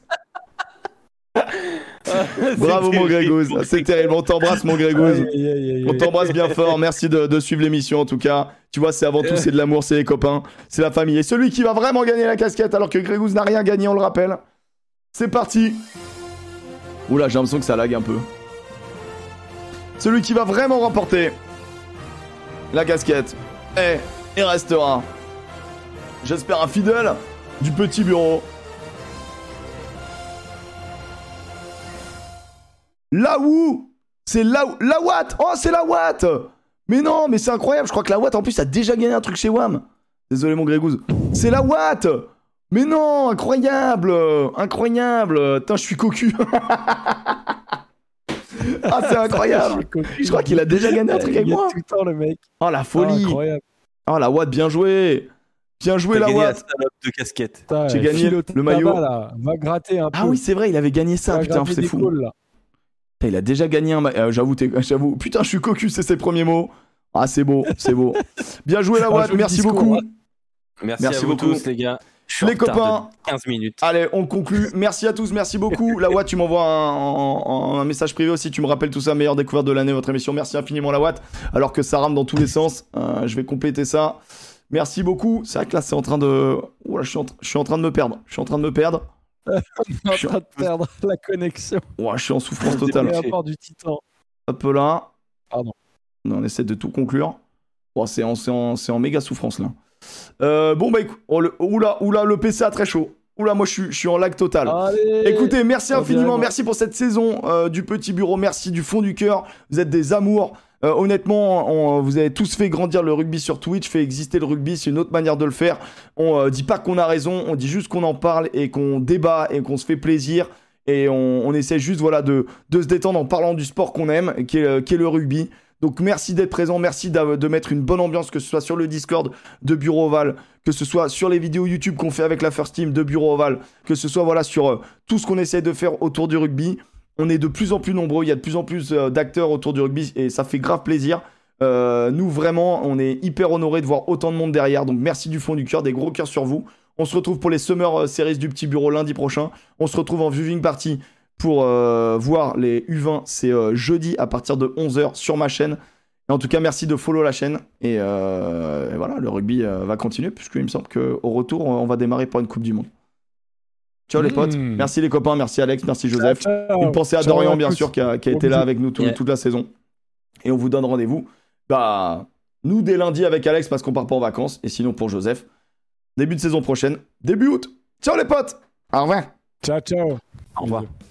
Bravo mon Grégouze, c'est terrible, on t'embrasse mon Grégouze. On t'embrasse bien fort, merci de suivre l'émission en tout cas. Tu vois, c'est avant tout, c'est de l'amour, c'est les copains, c'est la famille. Et celui qui va vraiment gagner la casquette alors que Grégouze n'a rien gagné, on le rappelle. C'est parti! Oula, j'ai l'impression que ça lag un peu. Celui qui va vraiment remporter la casquette est et restera, j'espère, un fidèle du petit bureau. Laou! C'est la Watt! Oh, c'est la Watt! Mais non, mais c'est incroyable, je crois que la Watt en plus a déjà gagné un truc chez WAM. Désolé mon Grégouze. C'est la Watt! Mais non, incroyable! Incroyable! Putain, je suis cocu! Ah, c'est incroyable! Je crois qu'il a déjà gagné un truc avec moi! Tout le temps, le mec. Oh, la folie! Oh, la Watt, bien joué! Bien joué, la Watt! De casquette. J'ai gagné le maillot. Là. Va gratter un peu. Ah oui, c'est vrai, il avait gagné ça, putain, c'est fou. Putain, il a déjà gagné un maillot. J'avoue. Putain, je suis cocu, c'est ses premiers mots. Ah, c'est beau, c'est beau. Bien joué, la Watt, merci beaucoup. Merci à vous tous, les gars. Les copains, 15 minutes. Allez, on conclut. Merci à tous, merci beaucoup. La Watt, tu m'envoies un message privé aussi. Tu me rappelles tout ça. Meilleure découverte de l'année, votre émission. Merci infiniment, la Watt. Alors que ça rame dans tous les sens. Je vais compléter ça. Merci beaucoup. C'est vrai que là, c'est en train de. Oh là, je suis en train de me perdre. Je suis en train de perdre la connexion. Ouais, je suis en souffrance totale. Du titan. Hop là. Pardon. On essaie de tout conclure. Oh, c'est en méga souffrance là. Bon bah écoute, oula, le PC a très chaud. Oula, moi je suis en lag total. Allez, écoutez, merci infiniment, merci pour cette saison du Petit Bureau, merci du fond du cœur, vous êtes des amours. Honnêtement, vous avez tous fait grandir le rugby sur Twitch, fait exister le rugby, c'est une autre manière de le faire. On dit pas qu'on a raison, on dit juste qu'on en parle et qu'on débat et qu'on se fait plaisir. Et on essaie juste de se détendre en parlant du sport qu'on aime, qui est le rugby. Donc merci d'être présent, merci de mettre une bonne ambiance, que ce soit sur le Discord de Bureau Oval, que ce soit sur les vidéos YouTube qu'on fait avec la First Team de Bureau Oval, que ce soit sur tout ce qu'on essaie de faire autour du rugby. On est de plus en plus nombreux, il y a de plus en plus d'acteurs autour du rugby et ça fait grave plaisir. Nous vraiment, on est hyper honorés de voir autant de monde derrière, donc merci du fond du cœur, des gros cœurs sur vous. On se retrouve pour les Summer Series du Petit Bureau lundi prochain. On se retrouve en viewing party pour voir les U20, c'est jeudi à partir de 11h sur ma chaîne. Et en tout cas, merci de follow la chaîne. Et voilà, le rugby va continuer puisqu'il me semble qu'au retour, on va démarrer pour une Coupe du Monde. Ciao les potes, merci les copains, merci Alex, merci Joseph. Une pensée à Dorian bien sûr qui a été là avec nous toute la saison. Et on vous donne rendez-vous, nous dès lundi avec Alex parce qu'on part pas en vacances. Et sinon pour Joseph, début de saison prochaine, début août. Ciao les potes, au revoir. Ciao. Au revoir.